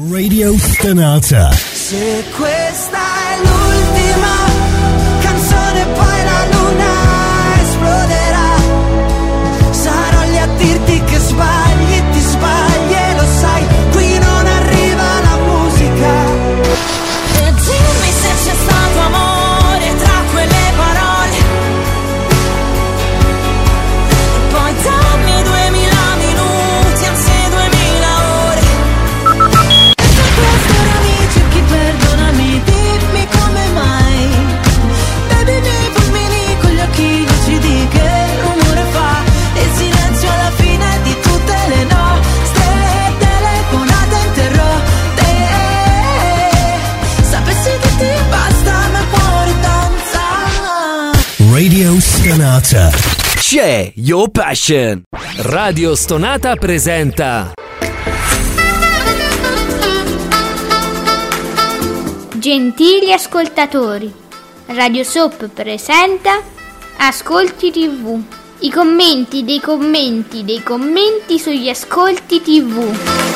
Radio Stonata. Se questa è l'ultima canzone poi la luna esploderà. Sarò lì a dirti che sbagli, ti sbagli e lo sai, qui non arriva la musica. E dimmi se c'è stato amore tra quelle parole. E poi dammi 2000 minuti, anzi 2000 ore. E se questo era amici, chi perdonami, dimmi come mai. Baby nei fulmini con gli occhi lucidi, che rumore fa il silenzio alla fine di tutte le nostre telefonate interrotte. Sapessi che ti basta, ma il cuore danza. Radio Stonata. C'è Your Passion. Radio Stonata presenta Gentili ascoltatori, Radio Soap presenta Ascolti TV. I commenti dei commenti dei commenti sugli ascolti TV.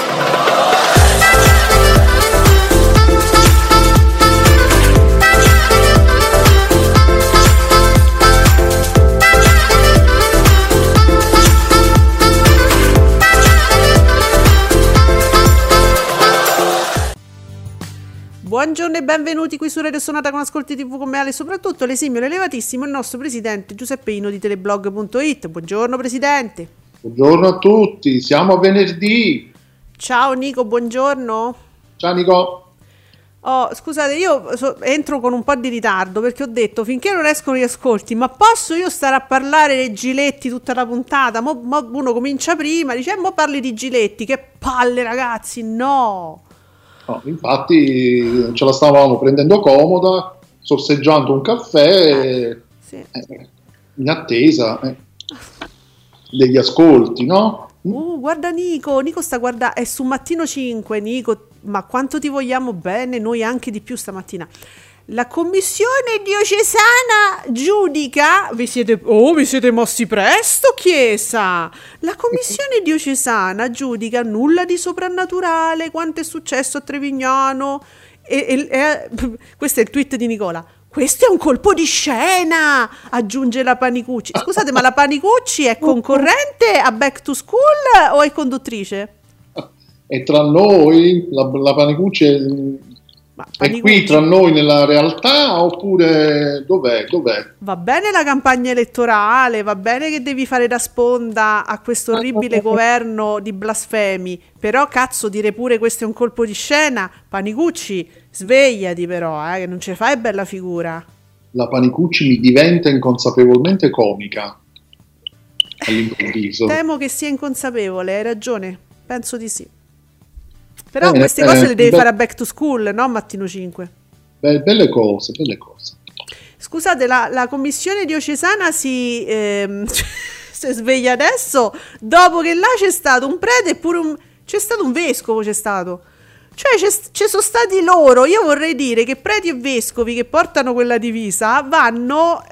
Buongiorno e benvenuti qui su Radio Stonata con Ascolti TV con me Ale, soprattutto l'esimio e l'elevatissimo il nostro presidente Giuseppeino di teleblog.it. Buongiorno presidente. Buongiorno a tutti, siamo a venerdì. Ciao Nico, buongiorno. Ciao Nico. Oh, scusate, io entro con un po' di ritardo perché ho detto finché non escono gli ascolti, ma posso io stare a parlare dei Giletti tutta la puntata? Mo uno comincia prima, dice mo parli di Giletti, che palle ragazzi, no. No, infatti ce la stavamo prendendo comoda, sorseggiando un caffè Sì. In attesa degli ascolti, no? Guarda Nico sta è su Mattino 5, Nico, ma quanto ti vogliamo bene, noi anche di più stamattina. La commissione diocesana giudica, vi siete mossi presto, Chiesa. La commissione diocesana giudica nulla di soprannaturale, quanto è successo a Trevignano. Questo è il tweet di Nicola. Questo è un colpo di scena, aggiunge la Panicucci. Scusate, ma la Panicucci è concorrente a Back to School o è conduttrice? E tra noi, la Panicucci è qui tra noi nella realtà oppure dov'è? Va bene la campagna elettorale, va bene che devi fare da sponda a questo orribile governo di blasfemi, però cazzo dire pure questo è un colpo di scena, Panicucci, svegliati però, che non ce fai bella figura. La Panicucci mi diventa inconsapevolmente comica all'improvviso. Temo che sia inconsapevole, hai ragione, penso di sì. Però queste cose le devi fare a Back to School, no Mattino 5. Belle cose. Scusate, la commissione diocesana si sveglia adesso, dopo che là c'è stato un prete e pure c'è stato un vescovo, c'è stato. Cioè ci sono stati loro, io vorrei dire che preti e vescovi che portano quella divisa vanno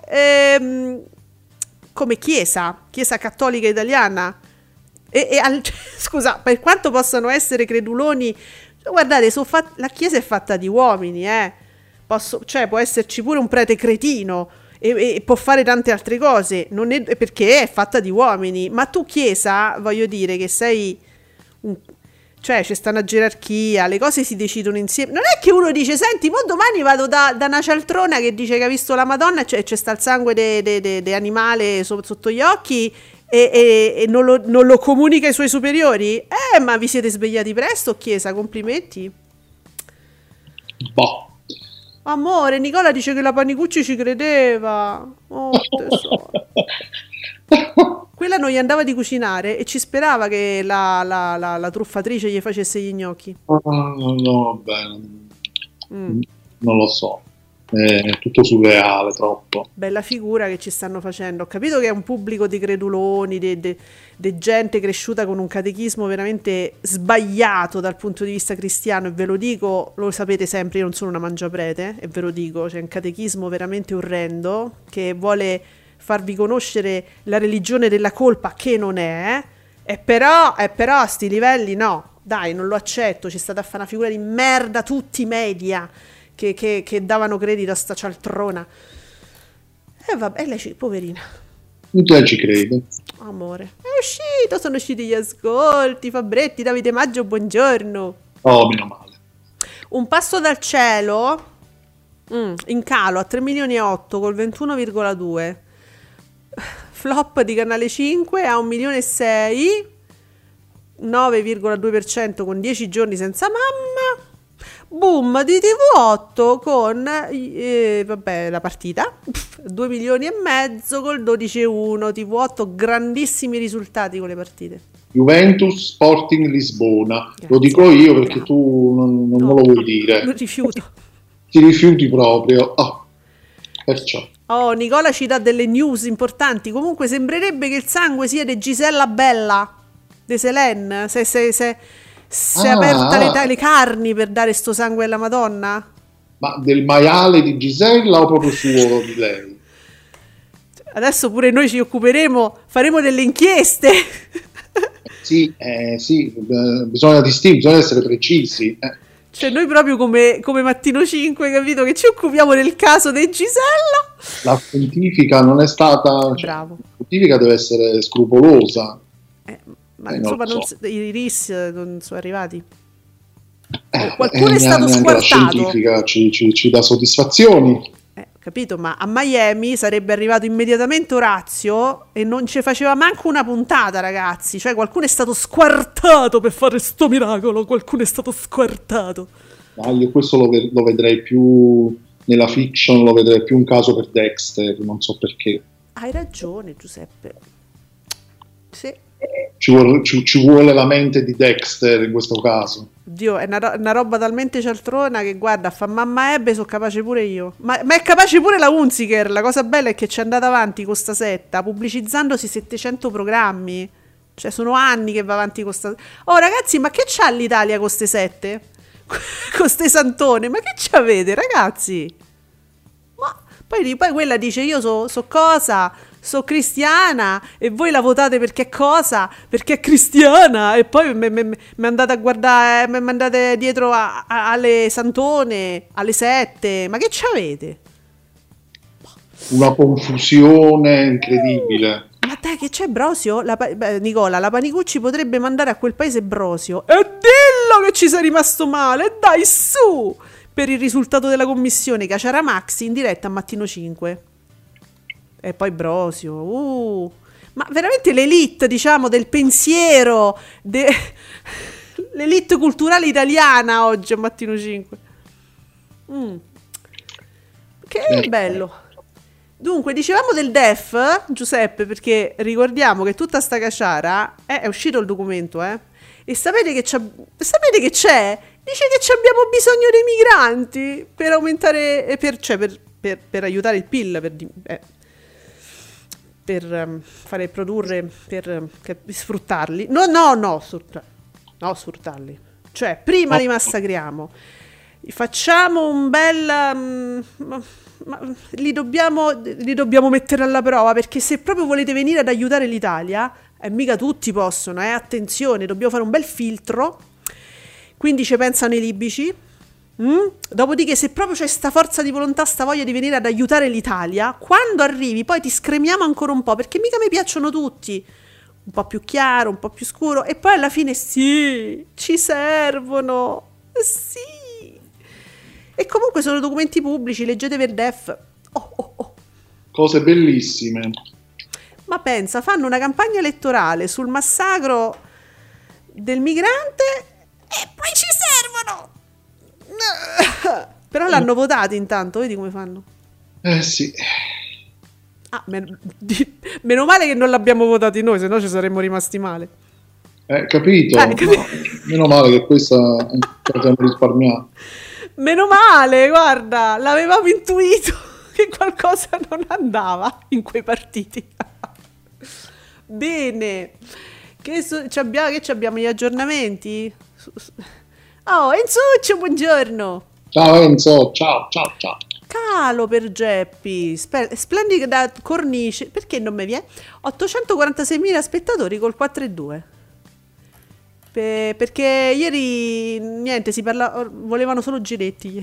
come chiesa cattolica italiana. Scusa, per quanto possano essere creduloni, guardate, la chiesa è fatta di uomini, cioè può esserci pure un prete cretino e può fare tante altre cose, perché è fatta di uomini, ma tu chiesa, voglio dire che sei cioè c'è sta una gerarchia, le cose si decidono insieme, non è che uno dice senti, mo domani vado da una cialtrona che dice che ha visto la Madonna, cioè c'è sta il sangue de animale sotto gli occhi e non lo comunica ai suoi superiori? Ma vi siete svegliati presto, chiesa, complimenti. Boh. Amore, Nicola dice che la Panicucci ci credeva. Oh tesoro. Quella non gli andava di cucinare e ci sperava che la truffatrice gli facesse gli gnocchi. No, beh, non lo so. È tutto surreale, troppo. Bella figura che ci stanno facendo. Ho capito che è un pubblico di creduloni, di gente cresciuta con un catechismo veramente sbagliato dal punto di vista cristiano, e ve lo dico, lo sapete sempre, io non sono una mangiaprete, e ve lo dico, c'è un catechismo veramente orrendo che vuole farvi conoscere la religione della colpa, che non è, e però a sti livelli no. dai, non lo accetto, c'è stata a fare una figura di merda tutti i media che davano credito a sta cialtrona. E vabbè, lei poverina. Te ci credo. Amore, sono usciti gli ascolti, Fabretti, Davide Maggio, buongiorno. Oh, meno male. Un passo dal cielo, in calo a 3 milioni e 8 col 21,2. Flop di Canale 5 a 1 milione e 6, 9,2% con 10 giorni senza mamma. Boom di TV8 con vabbè, la partita 2 milioni e mezzo col 12,1. TV8 grandissimi risultati con le partite. Juventus Sporting Lisbona. Grazie. Lo dico io perché tu non me lo vuoi dire. Lo rifiuto. Ti rifiuti proprio. Perciò. Nicola ci dà delle news importanti. Comunque sembrerebbe che il sangue sia di Gisella Bella, di Selene. Si è aperta le carni per dare sto sangue alla Madonna? Ma del maiale di Gisella o proprio suo di lei? Adesso pure noi ci occuperemo, faremo delle inchieste. Sì, bisogna distinguere, bisogna essere precisi. Cioè noi proprio come Mattino 5, capito? Che ci occupiamo del caso di Gisella. La scientifica non è stata... Bravo. La scientifica deve essere scrupolosa. Ma insomma i RIS non sono arrivati. Qualcuno è stato squartato. La scientifica ci dà soddisfazioni. Capito? Ma a Miami sarebbe arrivato immediatamente Orazio e non ci faceva manco una puntata, ragazzi. Cioè qualcuno è stato squartato per fare sto miracolo. Qualcuno è stato squartato. Io questo lo vedrei più nella fiction, lo vedrei più un caso per Dexter, non so perché. Hai ragione, Giuseppe. Sì. Ci vuole la mente di Dexter in questo caso. Dio, è una roba talmente cialtrona che guarda, fa mamma Ebbe, sono capace pure io. Ma è capace pure la Hunziker. La cosa bella è che ci è andata avanti con sta setta, pubblicizzandosi 700 programmi. Cioè sono anni che va avanti con sta... Oh ragazzi, ma che c'ha l'Italia con ste sette? Con ste santone? Ma che c'avete, ragazzi? Ma poi quella dice io so cosa... So cristiana e voi la votate perché cosa? Perché è cristiana e poi mi andate a guardare, mi andate dietro alle santone, alle sette. Ma che c'avete? Una confusione incredibile. Ma dai, che c'è Brosio? Nicola, la Panicucci potrebbe mandare a quel paese Brosio e dillo che ci sei rimasto male, dai su, per il risultato della commissione Caciara Maxi in diretta a Mattino 5. E poi Brosio, ma veramente l'elite, diciamo, del pensiero, l'elite culturale italiana oggi a Mattino 5. Che bello. Dunque, dicevamo del DEF, Giuseppe, perché ricordiamo che tutta sta caciara è uscito il documento, e sapete che c'è? Dice che abbiamo bisogno dei migranti per aumentare, per aiutare il PIL, per fare produrre, per sfruttarli. Sfruttarli. Cioè, prima li massacriamo. Facciamo un bel... li dobbiamo mettere alla prova, perché se proprio volete venire ad aiutare l'Italia, mica tutti possono, attenzione, dobbiamo fare un bel filtro. Quindi ci pensano i libici. Dopodiché, se proprio c'è sta forza di volontà, sta voglia di venire ad aiutare l'Italia, quando arrivi poi ti scremiamo ancora un po', perché mica mi piacciono tutti, un po' più chiaro, un po' più scuro, e poi alla fine sì, ci servono, sì. E comunque sono documenti pubblici, leggetevi il DEF. Cose bellissime. Ma pensa, fanno una campagna elettorale sul massacro del migrante e poi ci servono. Però l'hanno votato intanto, vedi come fanno? Sì. Meno male che non l'abbiamo votati noi, se no ci saremmo rimasti male. Capito? No, meno male che questa abbiamo risparmiato. Meno male, guarda, l'avevamo intuito che qualcosa non andava in quei partiti. Bene. Che abbiamo gli aggiornamenti? Enzuccio, buongiorno. Ciao Enzo, ciao. Calo per Geppi, splendida cornice, perché non mi viene? 846.000 spettatori col 4,2. Perché ieri niente, volevano solo Giletti ieri.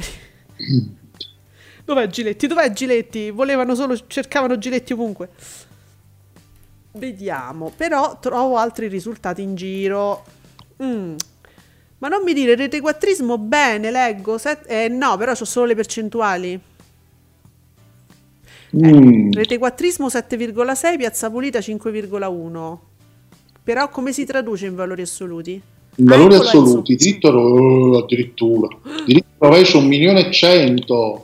Dov'è Giletti? Cercavano Giletti ovunque. Vediamo, però trovo altri risultati in giro. Ma non mi dire retequattrismo, bene, leggo. No, però sono solo le percentuali. Retequattrismo 7,6, Piazza Pulita 5,1. Però come si traduce in valori assoluti? In valori assoluti, diritto addirittura. Diritto rovescio 1.100.000.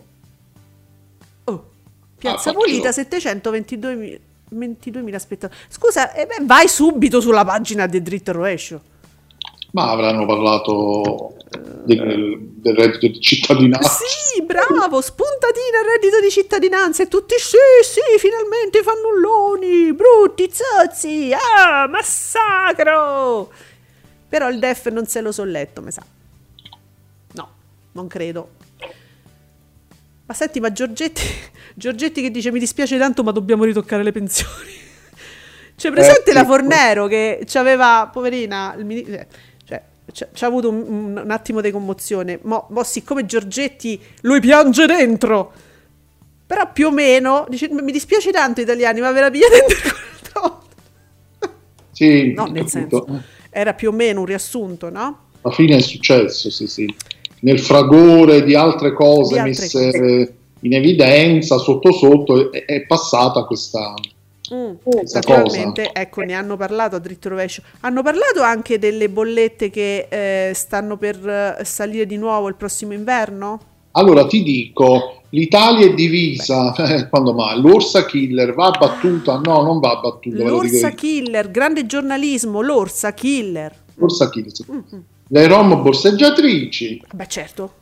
Piazza Pulita 722.000 spettatori. Scusa, vai subito sulla pagina del dritto rovescio. Ma avranno parlato del reddito di cittadinanza. Sì, bravo, spuntatina il reddito di cittadinanza e tutti sì, finalmente i fannulloni, brutti, zozzi, massacro. Però il DEF non se lo so letto, mi sa. No, non credo. Ma senti, ma Giorgetti che dice mi dispiace tanto ma dobbiamo ritoccare le pensioni. Cioè, presente la Fornero che c'aveva, poverina, c'ha avuto un attimo di commozione. Mo siccome Giorgetti lui piange dentro, però più o meno dice mi dispiace tanto italiani, ma ve la pigliate dentro. Sì, no, nel senso era più o meno un riassunto, no? Alla fine è successo, sì. Nel fragore di altre cose messe in evidenza, sotto è passata questa naturalmente cosa. Ecco, ne hanno parlato a dritto rovescio. Hanno parlato anche delle bollette che stanno per salire di nuovo il prossimo inverno? Allora ti dico, l'Italia è divisa. Quando mai? L'Orsa Killer va battuta? No, non va battuta. L'Orsa Killer, grande giornalismo, l'Orsa Killer. L'Orsa Killer, sì. Le rom borseggiatrici. Beh, certo.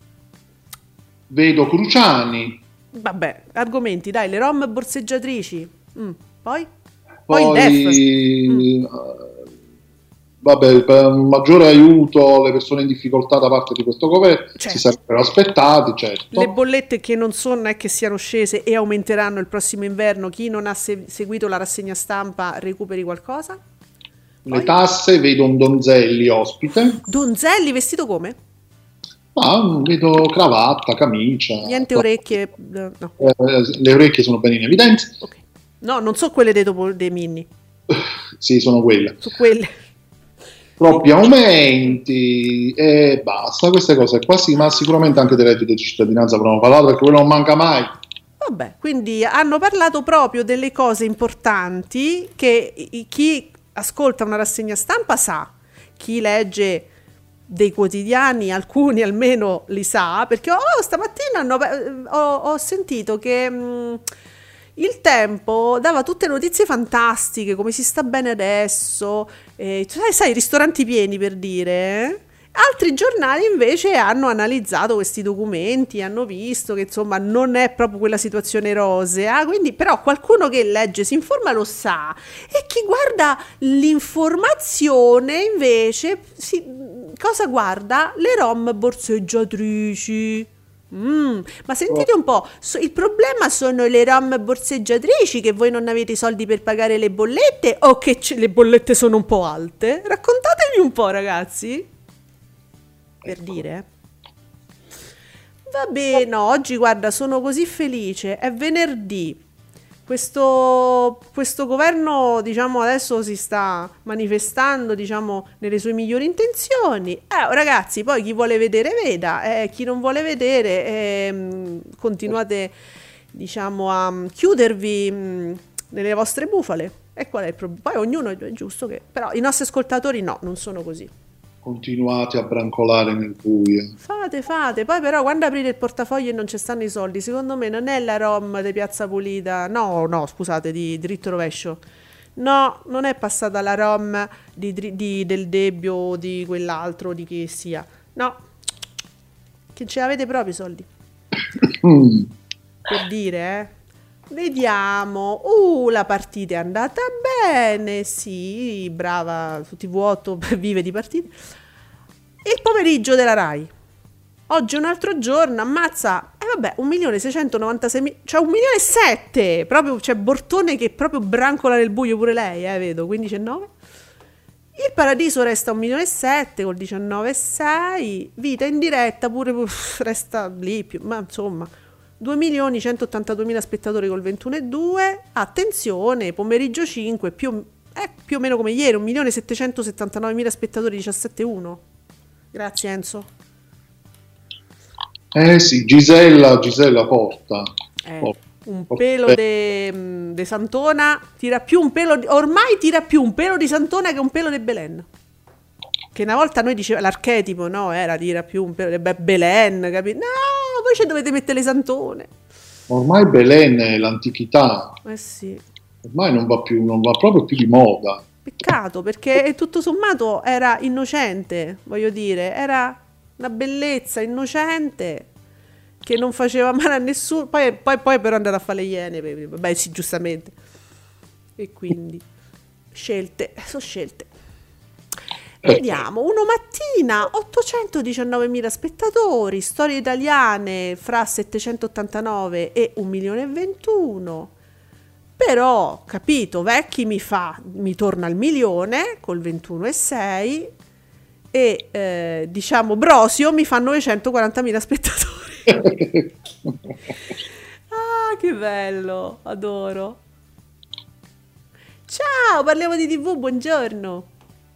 Vedo Cruciani. Vabbè, argomenti, dai, le rom borseggiatrici. Poi il DEF. Vabbè, per un maggiore aiuto alle persone in difficoltà da parte di questo governo, certo. Si sarebbero aspettati, certo. Le bollette che non è che siano scese e aumenteranno il prossimo inverno. Chi non ha seguito la rassegna stampa recuperi qualcosa? Le tasse, vedo un Donzelli ospite. Donzelli vestito come? Vedo cravatta, camicia. Niente orecchie? No. Le orecchie sono ben in evidenza. Okay. No, non so quelle dei Minni. Sì, sono quelle. Su quelle. Troppi aumenti e basta, queste cose qua sì, ma sicuramente anche del reddito di cittadinanza avremo parlato perché quello non manca mai. Vabbè, quindi hanno parlato proprio delle cose importanti che chi ascolta una rassegna stampa sa, chi legge dei quotidiani, alcuni almeno li sa, perché stamattina ho sentito che il Tempo dava tutte notizie fantastiche, come si sta bene adesso, sai, ristoranti pieni per dire. Altri giornali invece hanno analizzato questi documenti, hanno visto che insomma non è proprio quella situazione rosea, quindi però qualcuno che legge, si informa lo sa, e chi guarda l'informazione invece cosa guarda? Le rom borseggiatrici. Ma sentite un po', il problema sono le rom borseggiatrici, che voi non avete i soldi per pagare le bollette o che le bollette sono un po' alte? Raccontatemi un po', ragazzi. Per dire. Va bene, oggi guarda, sono così felice, è venerdì. Questo governo, diciamo, adesso si sta manifestando, diciamo, nelle sue migliori intenzioni. Ragazzi, poi chi vuole vedere veda, chi non vuole vedere continuate, diciamo, a chiudervi nelle vostre bufale. E qual è il problema? Poi ognuno è giusto che... Però i nostri ascoltatori no, non sono così. Continuate a brancolare nel buio. Fate. Poi però quando aprite il portafoglio e non ci stanno i soldi, secondo me non è la rom di Piazza Pulita. No, scusate, di dritto rovescio. No, non è passata la rom del Debbio o di quell'altro, di chi sia. No, che ce l'avete proprio i soldi. Per dire, Vediamo. La partita è andata bene. Sì, brava. Su TV8 vive di partite. Il pomeriggio della Rai. Oggi è un altro giorno. Ammazza. Vabbè, 1.696.000. Cioè 1.700.000. Proprio c'è Bortone che proprio brancola nel buio pure lei. Vedo 15,9. Il Paradiso resta 1.700.000 col 19,6, Vita in diretta pure resta lì, ma insomma 2.182.000 spettatori col 21,2. Attenzione, Pomeriggio 5 più o meno come ieri, 1.779.000 spettatori, 17,1. Grazie Enzo. Sì, Gisella porta. Un pelo de Santona tira più un pelo ormai tira più un pelo di Santona che un pelo di Belen. Che una volta noi diceva l'archetipo, no, era tira più un pelo di Belen, capito? No, voi ci dovete mettere le Santone. Ormai Belen è l'antichità. Sì. Ormai non va proprio più di moda. Peccato, perché tutto sommato era innocente, voglio dire, era una bellezza innocente che non faceva male a nessuno, poi però è andata a fare le Iene, vabbè sì, giustamente, e quindi sono scelte. Vediamo, Uno Mattina 819.000 spettatori, storie italiane fra 789 e 1.021.000, però capito, Vecchi mi torna al 1.000.000 col 21,6 e diciamo Brosio mi fa 940.000 spettatori. Ah, che bello, adoro. Ciao, parliamo di TV, buongiorno.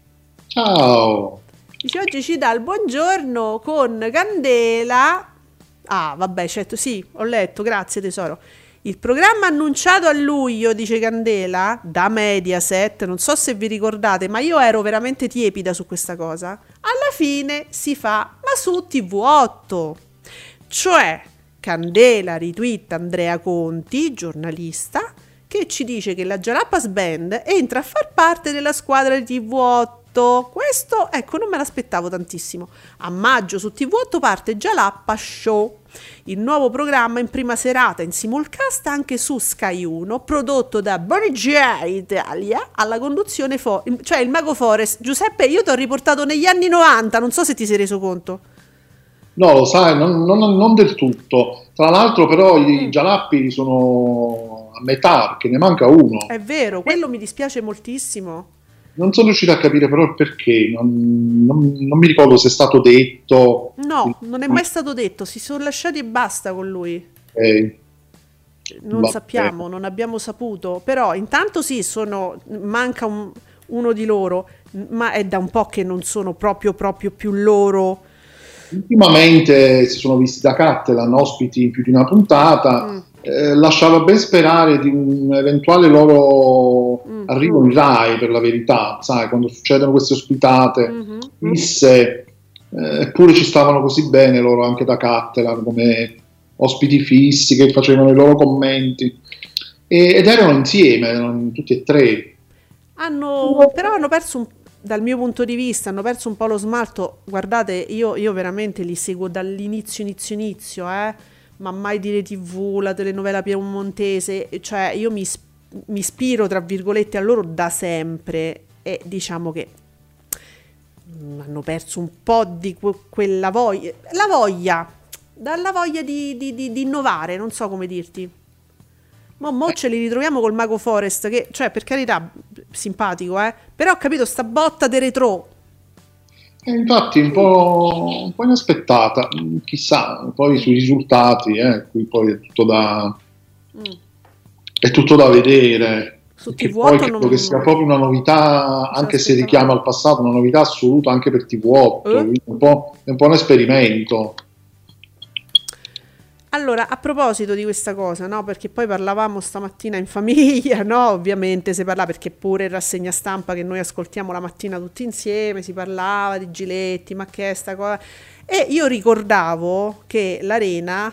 Ciao. Dice, oggi ci dà il buongiorno con Candela. Ah, vabbè, certo, sì, ho letto, grazie tesoro. Il programma annunciato a luglio, dice Candela, da Mediaset, non so se vi ricordate, ma io ero veramente tiepida su questa cosa. Alla fine si fa, ma su TV8. Cioè, Candela ritwitta Andrea Conti, giornalista, che ci dice che la Jalapas Band entra a far parte della squadra di TV8. Questo, ecco, non me l'aspettavo tantissimo. A maggio su TV8 parte Jalappa Show, il nuovo programma in prima serata in simulcast anche su Sky 1, prodotto da Borgia Italia, alla conduzione cioè il Mago Forest. Giuseppe, io ti ho riportato negli anni 90, non so se ti sei reso conto. No, lo sai, non del tutto. Tra l'altro però i Jalappi sono a metà, perché ne manca uno. È vero, quello mi dispiace moltissimo. Non sono riuscito a capire però il perché, non mi ricordo se è stato detto. No, non è mai stato detto, si sono lasciati e basta con lui. Non sappiamo, non abbiamo saputo, però intanto sì, manca uno di loro, ma è da un po' che non sono proprio più loro. Ultimamente si sono visti da Cattelan ospiti in più di una puntata, lasciava ben sperare di un eventuale loro arrivo in Rai, per la verità, sai, quando succedono queste ospitate fisse, eppure ci stavano così bene loro anche da Cattelan come ospiti fissi che facevano i loro commenti ed erano insieme, erano tutti e tre. Però hanno perso dal mio punto di vista hanno perso un po' lo smalto. Guardate, io veramente li seguo dall'inizio, ma mai dire TV, la telenovela piemontese, cioè io mi ispiro tra virgolette a loro da sempre, e diciamo che hanno perso un po' di quella voglia, dalla voglia di innovare, non so come dirti. Mo ce li ritroviamo col Mago Forest, che, cioè, per carità, simpatico, però ho capito, sta botta de retro. Infatti un po' inaspettata, chissà, poi sui risultati, qui poi è tutto da vedere. Su TV8 poi credo che sia proprio una novità, anche se richiama al passato, una novità assoluta anche per TV8, quindi è un po' un esperimento. Allora, a proposito di questa cosa, no? Perché poi parlavamo stamattina in famiglia, no? Ovviamente si parla, perché pure in rassegna stampa che noi ascoltiamo la mattina tutti insieme, si parlava di Giletti, ma che è sta cosa? E io ricordavo che l'Arena,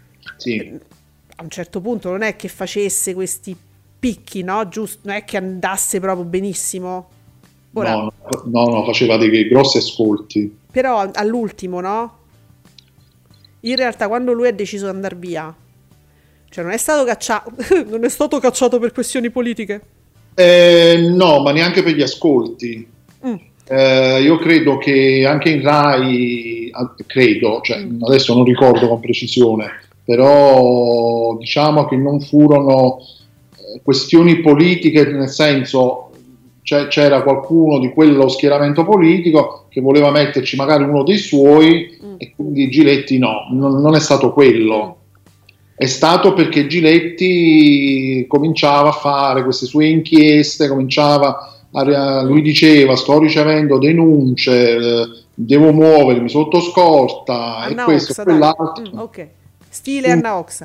a un certo punto non è che facesse questi picchi, no? Giusto, non è che andasse proprio benissimo. Ora, no, faceva dei grossi ascolti. Però all'ultimo, no? In realtà quando lui ha deciso di andare via, cioè non è stato cacciato non è stato cacciato per questioni politiche? No, ma neanche per gli ascolti. Io credo che anche in Rai, adesso non ricordo con precisione, però diciamo che non furono questioni politiche, nel senso cioè c'era qualcuno di quello schieramento politico che voleva metterci magari uno dei suoi e quindi Giletti no, non è stato quello. È stato perché Giletti cominciava a fare queste sue inchieste, lui diceva sto ricevendo denunce, devo muovermi sotto scorta Anna e questo Oxa, e quell'altro. ok, stile Anna Oxa.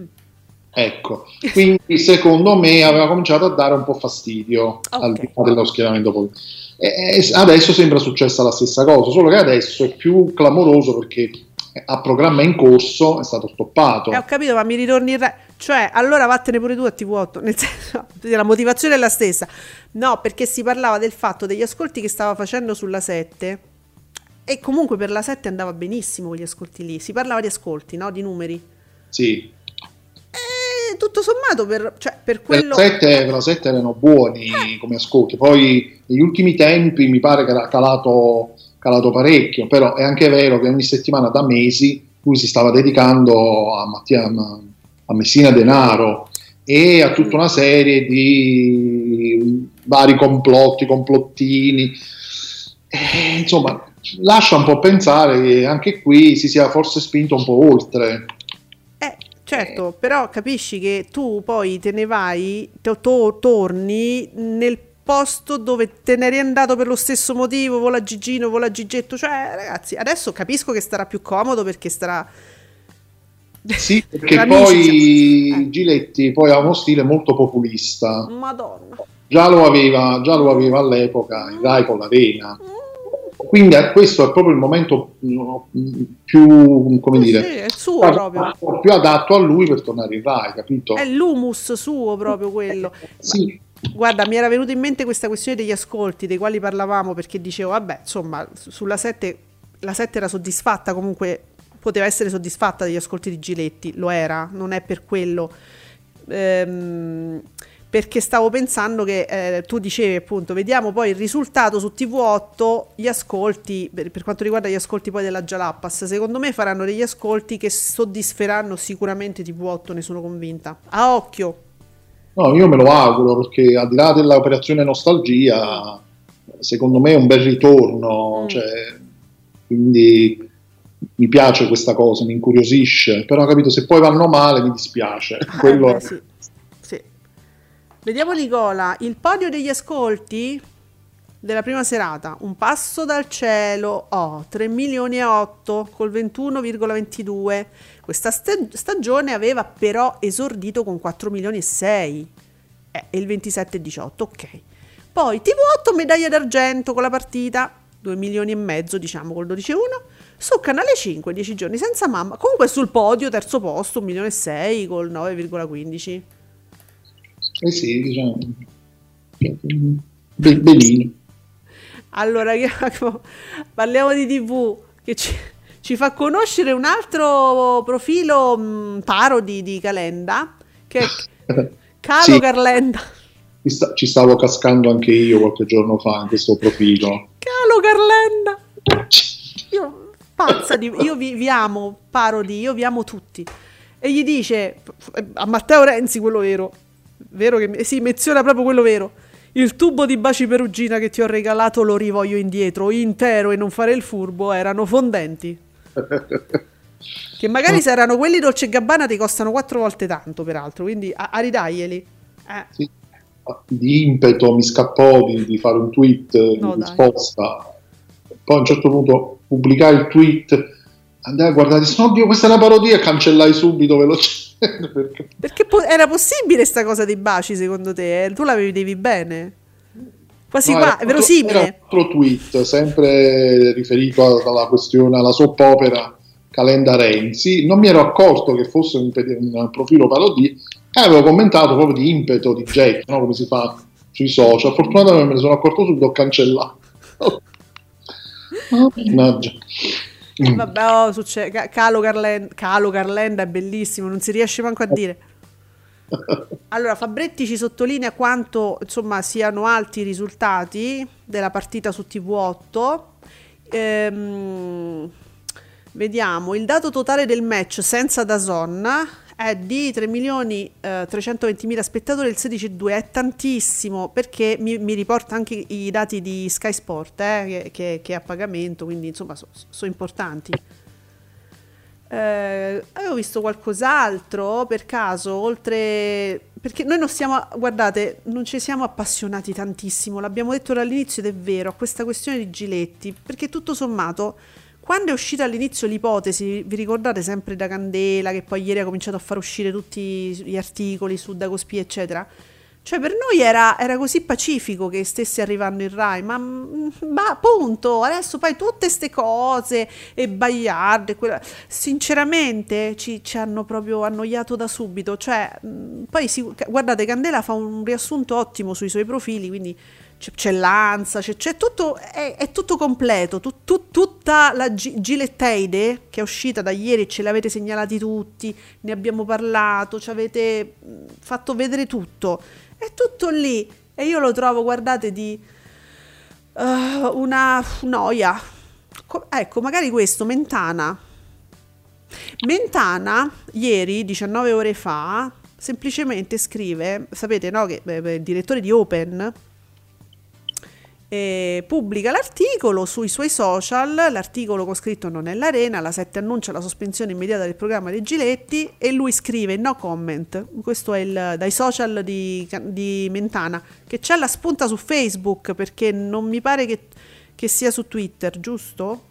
Ecco, quindi secondo me aveva cominciato a dare un po' fastidio al di là dello schieramento politico. E adesso sembra successa la stessa cosa, solo che adesso è più clamoroso perché a programma in corso è stato stoppato. Ho capito, ma mi ritorni cioè, allora vattene pure tu a TV8, nel senso, la motivazione è la stessa. No, perché si parlava del fatto degli ascolti che stava facendo sulla 7 e comunque per la 7 andava benissimo quegli ascolti lì. Si parlava di ascolti, no? Di numeri. Sì. E tutto sommato per quello... Per la 7 erano buoni come ascolti, poi negli ultimi tempi mi pare che era calato parecchio, però è anche vero che ogni settimana da mesi lui si stava dedicando a Messina Denaro e a tutta una serie di vari complottini, insomma lascia un po' pensare che anche qui si sia forse spinto un po' oltre. Certo, però capisci che tu poi te ne vai, torni nel posto dove te ne eri andato per lo stesso motivo, vola Gigino, vola Gigetto, cioè ragazzi, adesso capisco che starà più comodo perché starà... Sì, perché poi Giletti poi ha uno stile molto populista. Madonna. Già lo aveva all'epoca in Rai con l'Arena. Quindi questo è proprio il momento più, come dire, sì, è il suo proprio. Più adatto a lui per tornare in Rai, capito? È l'humus suo proprio quello. Sì. Guarda, mi era venuta in mente questa questione degli ascolti, dei quali parlavamo, perché dicevo, vabbè, insomma, sulla 7, la 7 era soddisfatta, comunque poteva essere soddisfatta degli ascolti di Giletti, lo era, non è per quello. Perché stavo pensando che tu dicevi appunto, vediamo poi il risultato su TV8, gli ascolti, per quanto riguarda gli ascolti poi della Jalapas, secondo me faranno degli ascolti che soddisferanno sicuramente TV8, ne sono convinta. A occhio. No, io me lo auguro, perché al di là dell'operazione nostalgia, secondo me è un bel ritorno, cioè, quindi mi piace questa cosa, mi incuriosisce, però capito, se poi vanno male mi dispiace. Quello sì. Vediamo Nicola, il podio degli ascolti della prima serata, Un passo dal cielo, 3 milioni e 8 col 21,22. Questa stagione aveva però esordito con 4 milioni e 6 e il 27,18, ok. Poi TV8 medaglia d'argento con la partita, 2 milioni e mezzo diciamo col 12,1. Su Canale 5 10 giorni senza mamma, comunque sul podio terzo posto 1 milione e 6 col 9,15. Sì, diciamo benino. Allora, parliamo di TV che ci fa conoscere un altro profilo parodi di Calenda, che è Calo Sì. Carlenda. Ci stavo cascando anche io qualche giorno fa in questo profilo. Calo Carlenda. Io pazza io vi amo, parodi, io vi amo tutti. E gli dice a Matteo Renzi, quello vero che sì, menziona proprio quello vero. Il tubo di baci Perugina che ti ho regalato lo rivoglio indietro, intero, e non fare il furbo, erano fondenti. Che magari se erano quelli Dolce & Gabbana ti costano 4 volte tanto, peraltro, quindi a ridaglieli. Sì. Di impeto mi scappò di fare un tweet in risposta. Poi a un certo punto pubblicai il tweet, andai a guardare, oddio, questa è una parodia, e cancellai subito velocemente. Perché era possibile sta cosa dei baci, secondo te? Tu la vedevi bene? Quasi qua, è verosimile. Era un altro tweet, sempre riferito alla questione, alla soap opera Calenda Renzi. Non mi ero accorto che fosse un profilo parodia, e avevo commentato proprio di impeto, di jet, no? Come si fa sui social. Fortunatamente me ne sono accorto subito, ho cancellato. Mannaggia. Vabbè, succede. Calo Carlenda è bellissimo, non si riesce manco a dire. Allora, Fabretti ci sottolinea quanto insomma siano alti i risultati della partita su TV8. Vediamo il dato totale del match senza DAZN è di 3.320.000 spettatori, il 16,2 è tantissimo, perché mi riporta anche i dati di Sky Sport, che è a pagamento, quindi insomma sono importanti. Avevo visto qualcos'altro per caso, oltre, perché noi non ci siamo appassionati tantissimo, l'abbiamo detto dall'inizio ed è vero, a questa questione di Giletti, perché tutto sommato quando è uscita all'inizio l'ipotesi, vi ricordate, sempre da Candela, che poi ieri ha cominciato a far uscire tutti gli articoli su Dagospia eccetera, cioè per noi era così pacifico che stesse arrivando il Rai, ma punto. Adesso poi tutte ste cose e Bagliard sinceramente ci hanno proprio annoiato da subito, cioè poi guardate, Candela fa un riassunto ottimo sui suoi profili, quindi c'è l'Ansa, c'è tutto, è tutto completo, tutta la Giletteide che è uscita da ieri, ce l'avete segnalati tutti, ne abbiamo parlato, ci avete fatto vedere tutto, è tutto lì, e io lo trovo, guardate, di una noia. Ecco, magari questo, Mentana ieri, 19 ore fa, semplicemente scrive, sapete, no, che il direttore di Open pubblica l'articolo sui suoi social, l'articolo con scritto "Non è l'Arena, la 7 annuncia la sospensione immediata del programma dei Giletti", e lui scrive "no comment". Questo è dai social di Mentana, che c'ha la spunta su Facebook, perché non mi pare che sia su Twitter, giusto?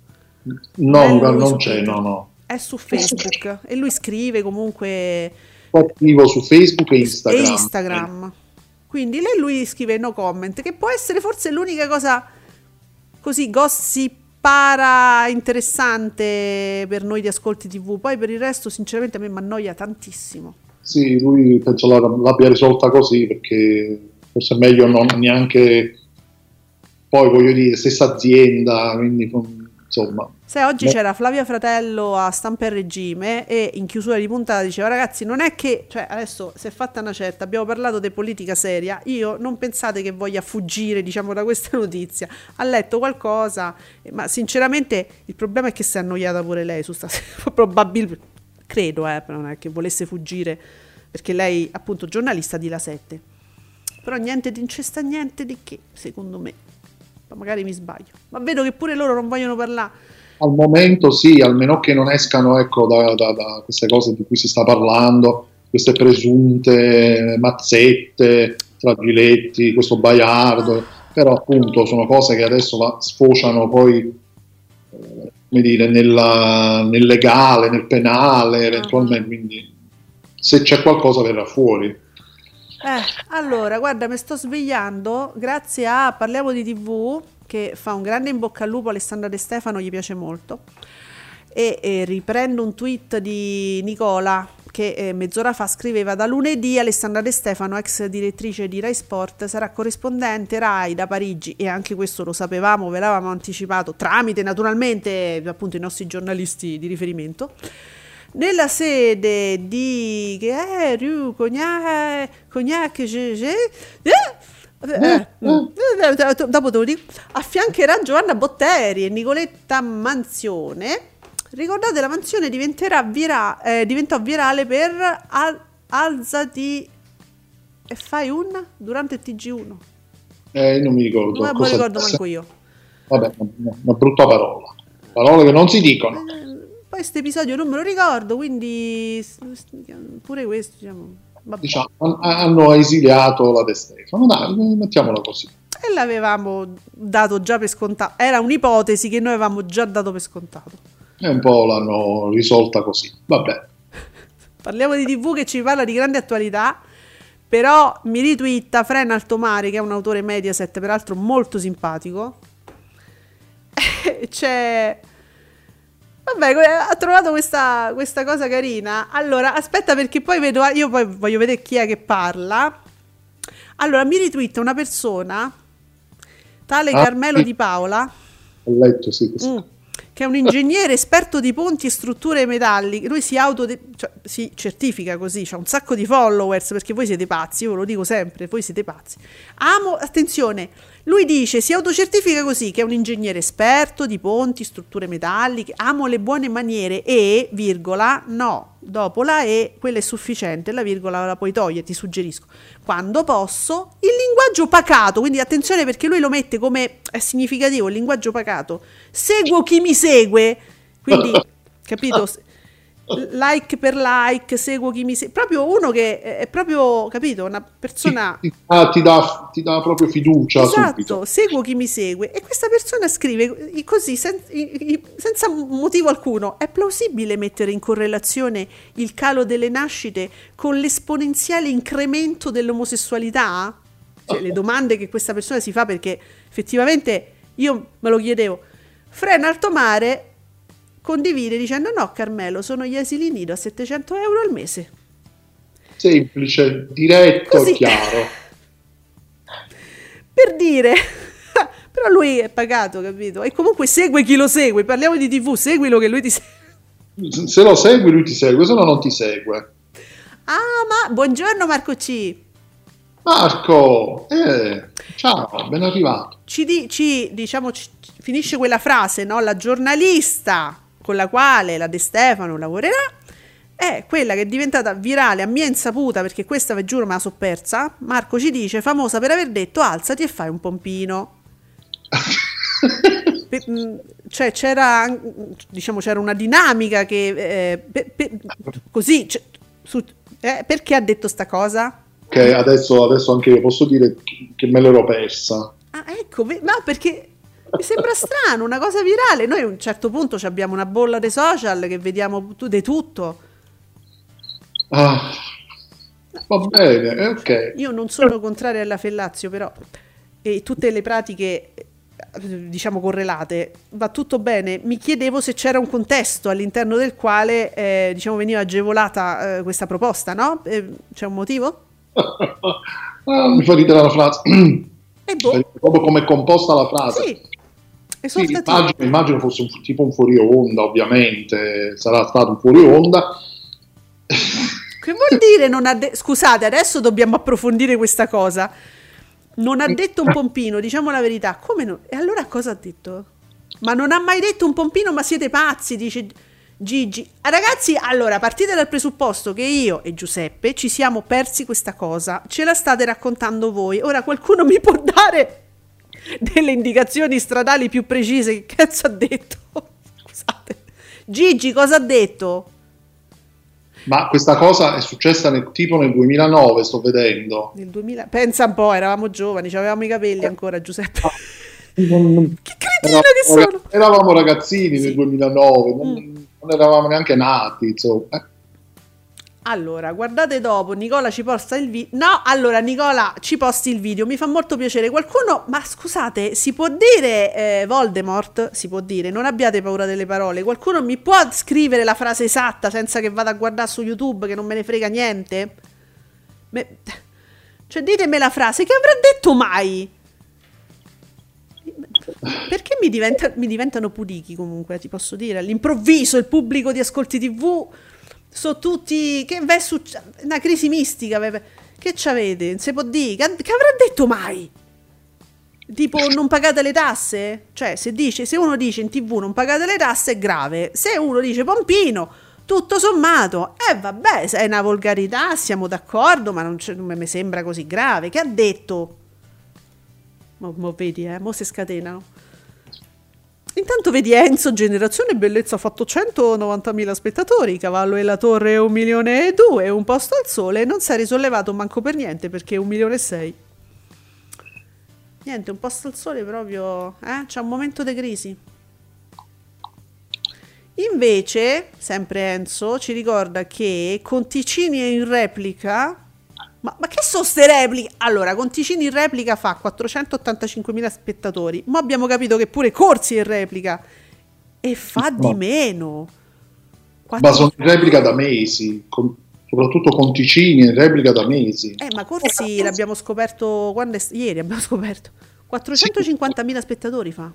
Non c'è, no. È su Facebook e lui scrive comunque attivo su Facebook e Instagram. Quindi lui scrive "no comment", che può essere forse l'unica cosa così gossipara interessante per noi di Ascolti TV. Poi per il resto sinceramente a me mi annoia tantissimo. Sì, lui penso l'abbia risolta così, perché forse è meglio non neanche, poi voglio dire, stessa azienda, quindi insomma. Se oggi c'era Flavia Fratello a Stampa e Regime, e in chiusura di puntata diceva "ragazzi, non è che, cioè adesso si è fatta una certa, abbiamo parlato di politica seria, io non pensate che voglia fuggire, diciamo, da questa notizia, ha letto qualcosa, ma sinceramente il problema è che si è annoiata pure lei su sta probabilmente, credo, però non è che volesse fuggire, perché lei appunto giornalista di La 7, però non c'è sta niente di che, secondo me, ma magari mi sbaglio, ma vedo che pure loro non vogliono parlare. Al momento sì, almeno che non escano, ecco, da queste cose di cui si sta parlando, queste presunte mazzette tra Giletti, questo Baiardo, però appunto sono cose che adesso sfociano poi, come dire, nel legale, nel penale, eventualmente, quindi se c'è qualcosa verrà fuori. Allora, guarda, mi sto svegliando grazie a Parliamo di TV, che fa un grande in bocca al lupo, Alessandra De Stefano, gli piace molto, e riprendo un tweet di Nicola che mezz'ora fa scriveva: da lunedì Alessandra De Stefano, ex direttrice di Rai Sport, sarà corrispondente Rai da Parigi, e anche questo lo sapevamo, ve l'avevamo anticipato tramite naturalmente appunto i nostri giornalisti di riferimento, nella sede di Cognac dopo te lo dico, affiancherà Giovanna Botteri e Nicoletta Manzione. Ricordate, la Manzione diventò virale per alzati e fai un durante il TG1. Non mi ricordo. Non me lo ricordo manco io. Vabbè, una brutta parola. Parole che non si dicono. Poi questo episodio non me lo ricordo, quindi pure questo, diciamo, hanno esiliato la De Stefano, dai, mettiamola così. E l'avevamo dato già per scontato, era un'ipotesi che noi avevamo già dato per scontato. E un po' l'hanno risolta così, vabbè. Parliamo di TV che ci parla di grande attualità, però mi ritwitta Fren Altomare, che è un autore Mediaset, peraltro molto simpatico. C'è... Vabbè, ha trovato questa cosa carina. Allora, aspetta, perché poi io poi voglio vedere chi è che parla. Allora, mi ritwitta una persona, tale Carmelo Di Paola, ho letto, sì, che è un ingegnere esperto di ponti e strutture metalliche. Lui si certifica così, c'ha un sacco di followers, perché voi siete pazzi, io ve lo dico sempre, voi siete pazzi. Attenzione, lui dice, si autocertifica così, che è un ingegnere esperto di ponti, strutture metalliche, amo le buone maniere e, virgola, no, dopo la E, quella è sufficiente, la virgola la puoi togliere, ti suggerisco. Quando posso, il linguaggio pacato, quindi attenzione perché lui lo mette come è significativo, il linguaggio pacato. Seguo chi mi segue, quindi, capito? Like per like, seguo chi mi segue. Proprio uno che è proprio, capito? Una persona... Ti dà proprio fiducia Esatto, subito. seguo chi mi segue. E questa persona scrive così, senza motivo alcuno. È plausibile mettere in correlazione il calo delle nascite con l'esponenziale incremento dell'omosessualità? Cioè, le domande che questa persona si fa, perché effettivamente io me lo chiedevo. Fren Altomare condivide dicendo: no Carmelo, sono gli asili nido a 700 euro al mese. Semplice, diretto Così. e chiaro. Per dire, però lui è pagato, capito? E comunque segue chi lo segue, parliamo di TV, seguilo che lui ti segue. Se lo segui lui ti segue, se no non ti segue. Ah, ma buongiorno Marco C. Marco, ciao, ben arrivato. Finisce quella frase, no? La giornalista con la quale la De Stefano lavorerà è quella che è diventata virale a mia insaputa, perché questa vi giuro me la so persa. Marco ci dice: famosa per aver detto alzati e fai un pompino. Cioè c'era una dinamica che così perché ha detto sta cosa? Che adesso anche io posso dire che me l'ero persa. Ah, ecco, no, perché mi sembra strano, una cosa virale. Noi a un certo punto abbiamo una bolla dei social che vediamo di tutto. Ah, va bene, ok. Io non sono contraria alla fellazio, però e tutte le pratiche diciamo correlate va tutto bene. Mi chiedevo se c'era un contesto all'interno del quale diciamo veniva agevolata questa proposta, no? C'è un motivo? Mi fa ridere la frase. E boh. Proprio come è composta la frase. Sì, Sì, immagino fosse tipo un fuori onda, ovviamente sarà stato un fuori onda. Che vuol dire scusate, adesso dobbiamo approfondire questa cosa. Non ha detto un pompino, diciamo la verità. Come no? E allora cosa ha detto? Ma non ha mai detto un pompino, ma siete pazzi, dice Gigi. Ragazzi, allora, partite dal presupposto che io e Giuseppe ci siamo persi questa cosa. Ce la state raccontando voi. Ora qualcuno mi può dare delle indicazioni stradali più precise? Che cazzo ha detto? Scusate. Gigi, cosa ha detto? Ma questa cosa è successa tipo nel 2009, sto vedendo. Nel 2000, pensa un po', eravamo giovani, avevamo i capelli ancora, Giuseppe. Che cretina che sono! Eravamo ragazzini nel 2009, non eravamo neanche nati, insomma. Allora, guardate dopo, Nicola ci posta il video. No, allora Nicola ci posti il video, mi fa molto piacere. Qualcuno, ma scusate, si può dire Voldemort? Si può dire, non abbiate paura delle parole. Qualcuno mi può scrivere la frase esatta senza che vada a guardare su YouTube, che non me ne frega niente? Cioè ditemi la frase, che avrà detto mai? Perché mi diventano pudichi comunque, ti posso dire. All'improvviso il pubblico di Ascolti TV... sono tutti che v'è una crisi mistica, che c'avete? Non si può dire, che avrà detto mai? Tipo non pagate le tasse? Cioè se uno dice in TV non pagate le tasse è grave, se uno dice pompino tutto sommato vabbè, è una volgarità, siamo d'accordo, ma non mi sembra così grave. Che ha detto? Mo vedi, mo si scatenano. Intanto vedi Enzo, Generazione Bellezza ha fatto 190.000 spettatori, Cavallo e la Torre 1,2 milioni, un posto al sole, non si è risollevato manco per niente perché 1,6 milioni. Niente, un posto al sole proprio, c'è un momento di crisi. Invece, sempre Enzo, ci ricorda che Conticini è in replica... Ma che sono ste repliche? Allora, Conticini in replica fa 485.000 spettatori, ma abbiamo capito che pure Corsi è in replica e fa di meno. Ma sono in replica da mesi, soprattutto Conticini è in replica da mesi. Ma Corsi l'abbiamo scoperto ieri abbiamo scoperto 450.000 spettatori fa.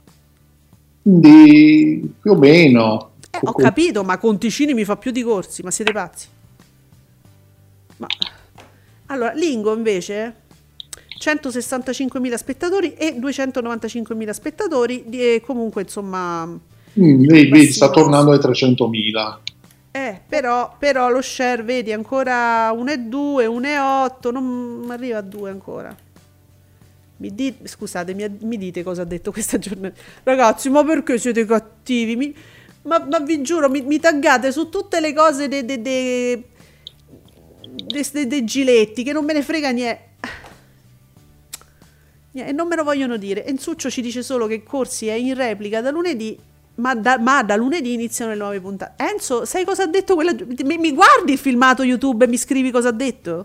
Quindi più o meno. Ho capito, ma Conticini mi fa più di Corsi, ma siete pazzi? Ma... Allora, Lingo invece 165.000 spettatori e 295.000 spettatori, comunque insomma vedi, sta tornando ai 300.000. Però lo share, vedi, ancora 1,2, 1,8, non arriva a 2 ancora. Scusate, mi dite cosa ha detto questa giornata? Ragazzi, ma perché siete cattivi? Ma vi giuro, mi taggate su tutte le cose dei giletti, che non me ne frega niente. E non me lo vogliono dire. Enzuccio ci dice solo che Corsi è in replica da lunedì, ma da lunedì iniziano le nuove puntate. Enzo, sai cosa ha detto quella? Mi guardi il filmato YouTube e mi scrivi cosa ha detto?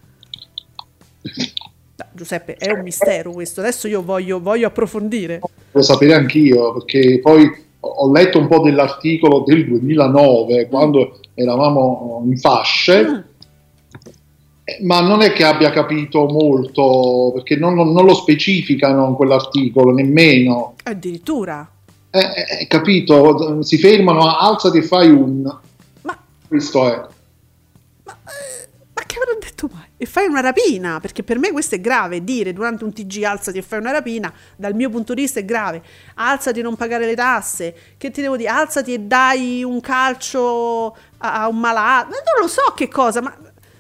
No, Giuseppe, è un mistero questo. Adesso io voglio approfondire. Lo sapere anch'io, perché poi ho letto un po' dell'articolo del 2009, quando eravamo in fasce. Ma non è che abbia capito molto, perché non lo specificano in quell'articolo nemmeno. Addirittura. Capito? Si fermano a alzati e fai un. Ma questo è. Ma che avrà detto mai? E fai una rapina? Perché per me questo è grave. Dire durante un TG alzati e fai una rapina, dal mio punto di vista è grave. Alzati e non pagare le tasse. Che ti devo dire? Alzati e dai un calcio a un malato. Non lo so che cosa, ma.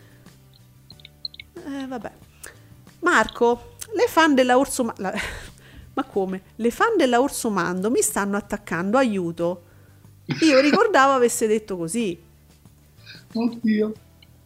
Vabbè. Marco, le fan della Orsomando. Ma come? Le fan della Orsomando mi stanno attaccando, aiuto. Io ricordavo avesse detto così. Oddio.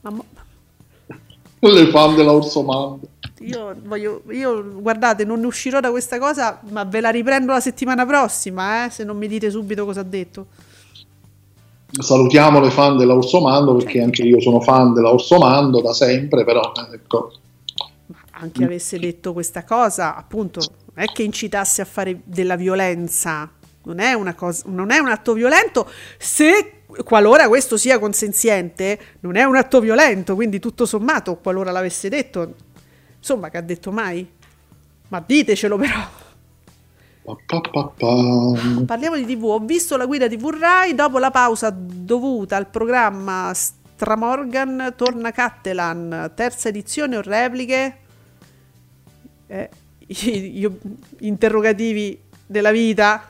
Le fan della Orsomando. Io guardate, non ne uscirò da questa cosa, ma ve la riprendo la settimana prossima, se non mi dite subito cosa ha detto. Salutiamo le fan della Orsomando, perché anche io sono fan della Orsomando da sempre, però ecco. Anche avesse detto questa cosa, appunto, non è che incitasse a fare della violenza, non è una cosa, non è un atto violento, se qualora questo sia consenziente, non è un atto violento, quindi tutto sommato, qualora l'avesse detto, insomma, che ha detto mai? Ma ditecelo però. Parliamo di TV. Ho visto la guida TV Rai dopo la pausa dovuta al programma Stramorgan torna Cattelan, terza edizione o repliche? Interrogativi della vita.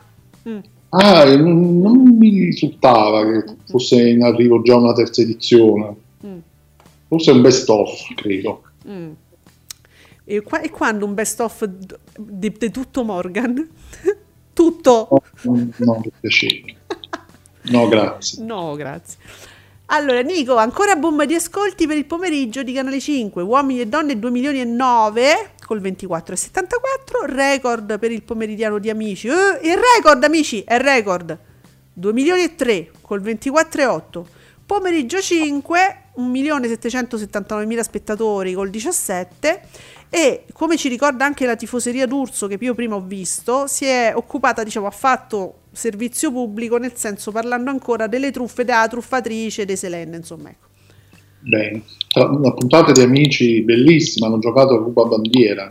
Non mi risultava che fosse in arrivo già una terza edizione. Forse è un best of, credo. E quando un best of di tutto Morgan? Tutto? No, per piacere. No, grazie. No, grazie. Allora, Nico, ancora bomba di ascolti per il pomeriggio di Canale 5. Uomini e donne 2.009.000 col 24,74. Record per il pomeridiano di Amici. Il record, amici, è record. 2.003.000 col 24,8. Pomeriggio 5, 1.779.000 spettatori col 17. E come ci ricorda anche la tifoseria d'Urso, che io prima ho visto, si è occupata, diciamo, ha fatto servizio pubblico, nel senso, parlando ancora delle truffe, della truffatrice, dei Selenne, insomma, ecco. Bene, una puntata di Amici bellissima, hanno giocato a Ruba Bandiera.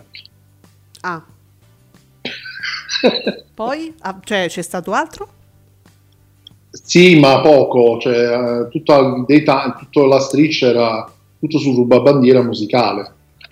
Poi, cioè, c'è stato altro? Sì, ma poco, cioè tutta la striscia era tutto su Ruba Bandiera musicale.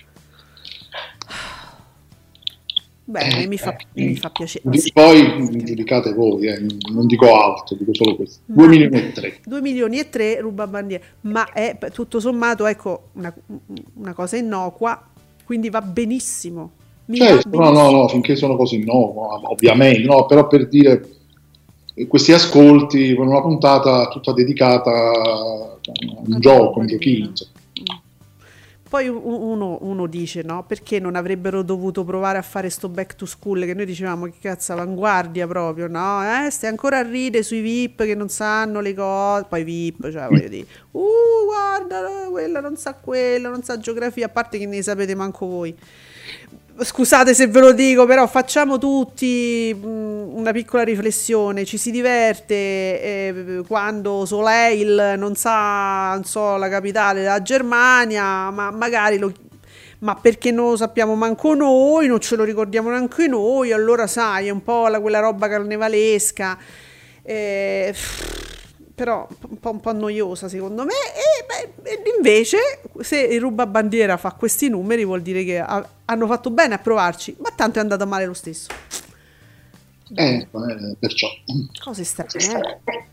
Bene, mi fa piacere. Poi giudicate voi, non dico altro, dico solo questo. 2.003.000. 2.003.000 Ruba Bandiera, ma è tutto sommato, ecco, una cosa innocua, quindi va benissimo. No, finché sono così innocua, ovviamente, no, però per dire, questi ascolti con una puntata tutta dedicata a un gioco, un giochino. Poi uno dice, no, perché non avrebbero dovuto provare a fare sto back to school, che noi dicevamo che cazzo, avanguardia proprio, no? Stai ancora a ridere sui VIP che non sanno le cose, poi VIP, cioè voglio dire, guarda, quella non sa geografia, a parte che ne sapete manco voi. Scusate se ve lo dico, però facciamo tutti una piccola riflessione. Ci si diverte quando Soleil non so la capitale della Germania, ma magari ma perché non lo sappiamo manco noi, non ce lo ricordiamo neanche noi, allora sai, è un po' quella roba carnevalesca, però un po' noiosa secondo me. E invece, se il Ruba Bandiera fa questi numeri, vuol dire che hanno fatto bene a provarci, ma tanto è andata male lo stesso. Perciò Cose strane,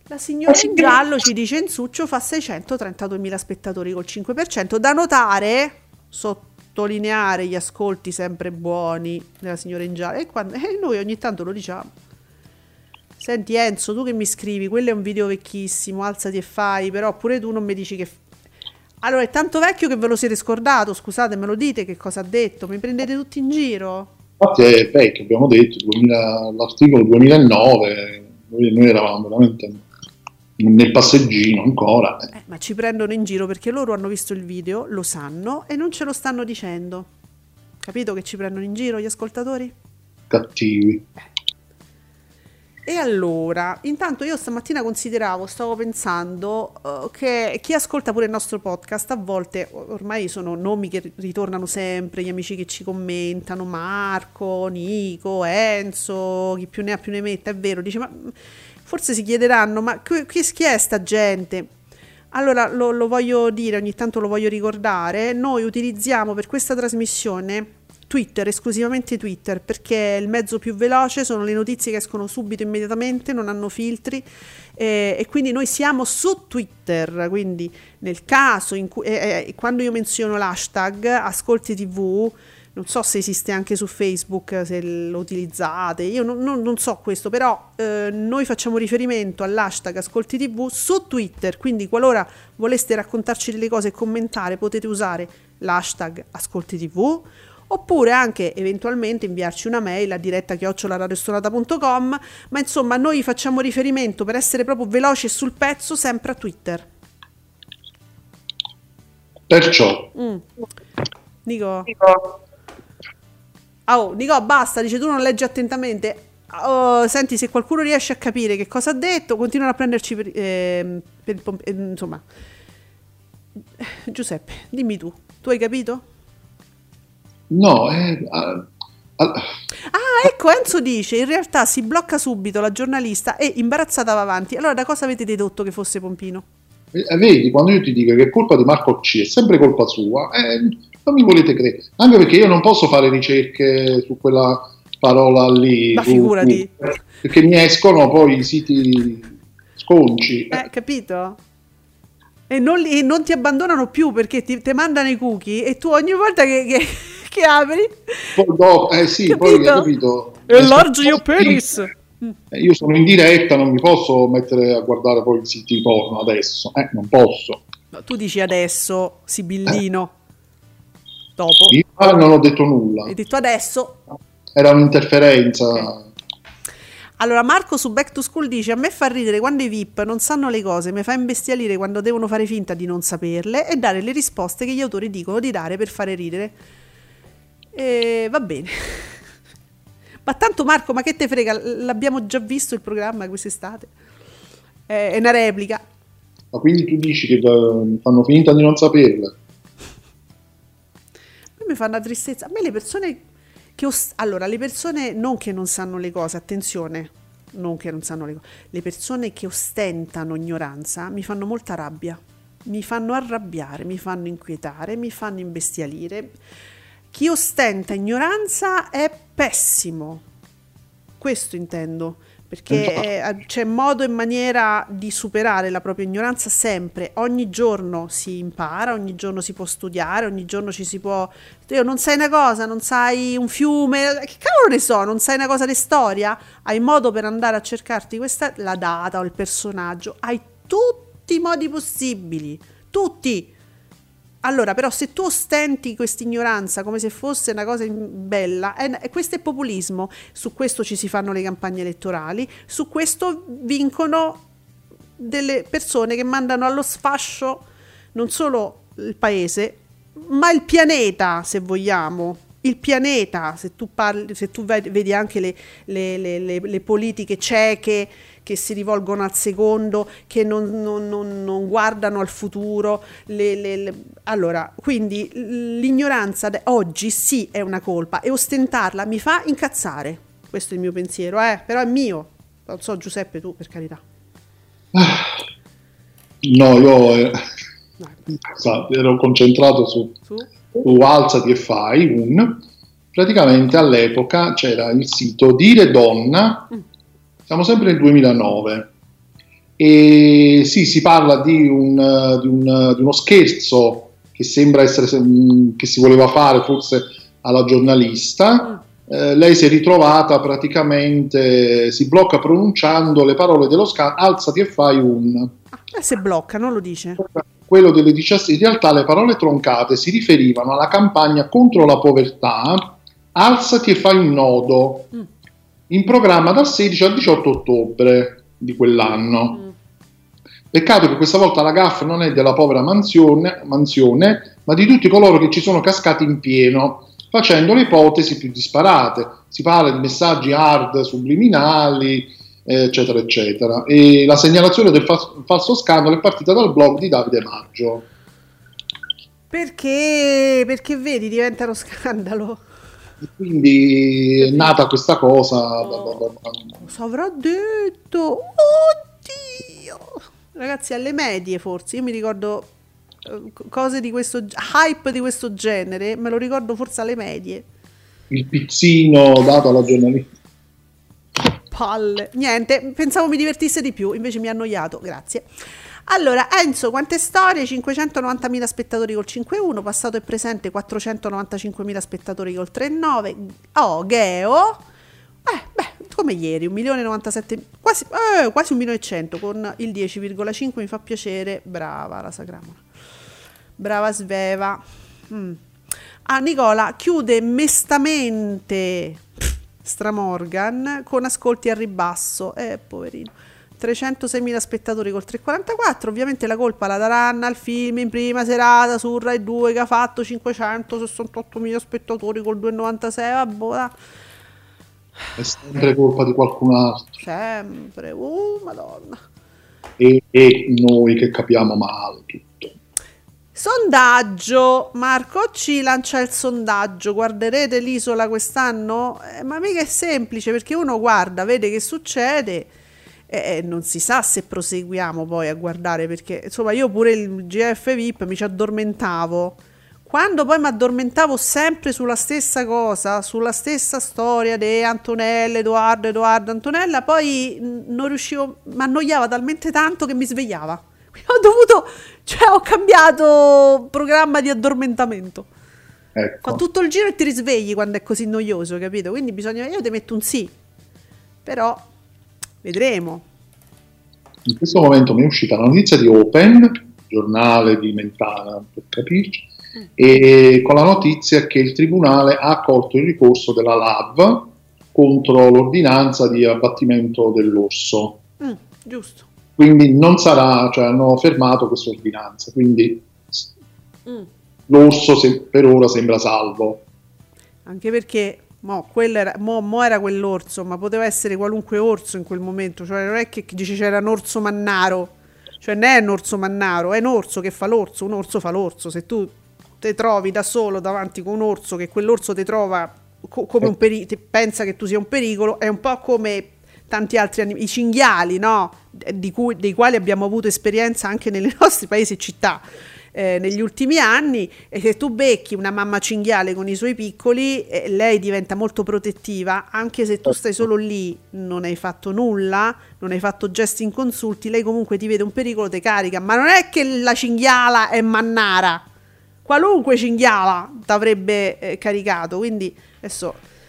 La signora in giallo ci dice Ensuccio fa 632.000 spettatori col 5%. Da notare, sottolineare gli ascolti sempre buoni della signora in giallo. E noi ogni tanto lo diciamo. Senti Enzo, tu che mi scrivi, quello è un video vecchissimo, alzati e fai, però pure tu non mi dici che... Allora, è tanto vecchio che ve lo siete scordato, scusate, me lo dite che cosa ha detto? Mi prendete tutti in giro? Infatti è vecchio, abbiamo detto, l'articolo 2009, noi eravamo veramente nel passeggino ancora. Ma ci prendono in giro perché loro hanno visto il video, lo sanno e non ce lo stanno dicendo. Capito che ci prendono in giro gli ascoltatori? Cattivi. E allora, intanto io stamattina stavo pensando che chi ascolta pure il nostro podcast, a volte ormai sono nomi che ritornano sempre, gli amici che ci commentano, Marco, Nico, Enzo, chi più ne ha più ne metta, è vero, dice, ma forse si chiederanno, ma chi è sta gente? Allora, lo voglio dire, ogni tanto lo voglio ricordare, noi utilizziamo per questa trasmissione Twitter, esclusivamente Twitter, perché è il mezzo più veloce, sono le notizie che escono subito, immediatamente, non hanno filtri, e quindi noi siamo su Twitter, quindi nel caso in cui, quando io menziono l'hashtag Ascolti TV, non so se esiste anche su Facebook, se lo utilizzate, io non so questo, però noi facciamo riferimento all'hashtag Ascolti TV su Twitter, quindi qualora voleste raccontarci delle cose e commentare potete usare l'hashtag Ascolti TV, oppure anche eventualmente inviarci una mail a diretta@radiostonata.com, ma insomma noi facciamo riferimento, per essere proprio veloci e sul pezzo, sempre a Twitter. Perciò Nico, basta, dice, tu non leggi attentamente. Senti, se qualcuno riesce a capire che cosa ha detto, continuano a prenderci insomma. Giuseppe, dimmi tu hai capito? No, ecco, Enzo dice, in realtà si blocca subito la giornalista e imbarazzata va avanti. Allora da cosa avete dedotto che fosse Pompino? Vedi, quando io ti dico che è colpa di Marco C, è sempre colpa sua, non mi volete credere, anche perché io non posso fare ricerche su quella parola lì, ma figurati, perché mi escono poi i siti sconci. Capito? E non ti abbandonano più perché ti mandano i cookie e tu ogni volta che apri poi dopo, sì, capito? poi capito, enlarge your penis. Io sono in diretta, non mi posso mettere a guardare poi i siti porno adesso, non posso. No, tu dici adesso, sibillino, dopo. Io non ho detto nulla. Hai detto adesso. Era un'interferenza. Okay. Allora Marco su Back to School dice, a me fa ridere quando i VIP non sanno le cose, mi fa imbestialire quando devono fare finta di non saperle e dare le risposte che gli autori dicono di dare per fare ridere. Va bene. Ma tanto Marco, ma che te frega, l'abbiamo già visto il programma quest'estate, è una replica. Ma quindi tu dici che fanno finta di non saperle? A me mi fa una tristezza, a me le persone che allora, le persone non che non sanno le cose, attenzione, non che non sanno le cose, le persone che ostentano ignoranza mi fanno molta rabbia, mi fanno arrabbiare, mi fanno inquietare, mi fanno imbestialire. Chi ostenta ignoranza è pessimo, questo intendo, perché c'è modo e maniera di superare la propria ignoranza sempre, ogni giorno si impara, ogni giorno si può studiare, ogni giorno ci si può... non sai una cosa, non sai un fiume, che cavolo ne so, non sai una cosa di storia, hai modo per andare a cercarti la data o il personaggio, hai tutti i modi possibili, tutti. Allora, però, se tu ostenti questa ignoranza come se fosse una cosa bella, questo è populismo. Su questo ci si fanno le campagne elettorali, su questo vincono delle persone che mandano allo sfascio non solo il paese, ma il pianeta, se vogliamo. Il pianeta, se tu vedi anche le politiche cieche che si rivolgono al secondo, che non guardano al futuro. Allora, quindi l'ignoranza oggi sì è una colpa e ostentarla mi fa incazzare. Questo è il mio pensiero, però è mio. Non so, Giuseppe, tu, per carità. No, io ero concentrato su alzati e fai praticamente all'epoca c'era il sito Dire Donna, siamo sempre nel 2009, E sì, si parla di uno scherzo che sembra essere che si voleva fare forse alla giornalista. Lei si è ritrovata praticamente, si blocca pronunciando le parole dello scandalo, alzati e fai un... Se blocca, non lo dice. Quello delle 17, in realtà le parole troncate si riferivano alla campagna contro la povertà, alzati e fai un nodo, in programma dal 16 al 18 ottobre di quell'anno. Peccato che questa volta la gaffe non è della povera mansione, ma di tutti coloro che ci sono cascati in pieno, facendo le ipotesi più disparate. Si parla di messaggi hard subliminali, eccetera, eccetera. E la segnalazione del falso scandalo è partita dal blog di Davide Maggio. Perché vedi, diventa uno scandalo. E quindi è nata questa cosa. Cosa avrà detto? Oddio! Ragazzi, alle medie forse, io mi ricordo cose di questo hype di questo genere, me lo ricordo forse alle medie. Il pizzino dato alla giornalista. Palle. Niente, pensavo mi divertisse di più, invece mi ha annoiato, grazie. Allora, Enzo, quante storie? 590.000 spettatori col 5.1, passato e presente 495.000 spettatori col 3.9. Oh, Geo. Come ieri, 1.097.000, quasi 1.100.000 con il 10,5, mi fa piacere. Brava la Sagramona. Brava Sveva. Nicola chiude mestamente Stramorgan con ascolti a ribasso. Poverino. 306.000 spettatori col 3,44. Ovviamente la colpa la daranno al film in prima serata su Rai 2 che ha fatto 568.000 spettatori col 2,96. Vabbè. È sempre colpa di qualcun altro. Sempre. Madonna. E noi che capiamo male tutto. Sondaggio. Marco ci lancia il sondaggio. Guarderete l'Isola quest'anno? Ma mica è semplice, perché uno guarda, vede che succede e non si sa se proseguiamo poi a guardare, perché insomma io pure il GF VIP mi ci addormentavo. Quando poi mi addormentavo sempre sulla stessa cosa, sulla stessa storia di Antonella, Edoardo, Antonella, poi non riuscivo, mi annoiava talmente tanto che mi svegliava. Ho cambiato programma di addormentamento. Ecco. Fa tutto il giro e ti risvegli quando è così noioso, capito? Quindi io ti metto un sì, però vedremo. In questo momento mi è uscita la notizia di Open, giornale di Mentana per capirci, e con la notizia che il tribunale ha accolto il ricorso della LAV contro l'ordinanza di abbattimento dell'orso. Giusto. Quindi non sarà, cioè hanno fermato questa ordinanza, quindi l'orso per ora sembra salvo. Anche perché era quell'orso, ma poteva essere qualunque orso in quel momento, cioè non è che dice c'era un orso mannaro, cioè non è un orso mannaro, è un orso che fa l'orso, un orso fa l'orso. Se tu ti trovi da solo davanti con un orso, che quell'orso ti trova come un pensa che tu sia un pericolo, è un po' come tanti altri i cinghiali, no? Dei quali abbiamo avuto esperienza anche nei nostri paesi e città negli ultimi anni, e se tu becchi una mamma cinghiale con i suoi piccoli, lei diventa molto protettiva, anche se tu stai solo lì, non hai fatto nulla, non hai fatto gesti inconsulti, lei comunque ti vede un pericolo, ti carica. Ma non è che la cinghiala è mannara, qualunque cinghiala t'avrebbe caricato. Quindi adesso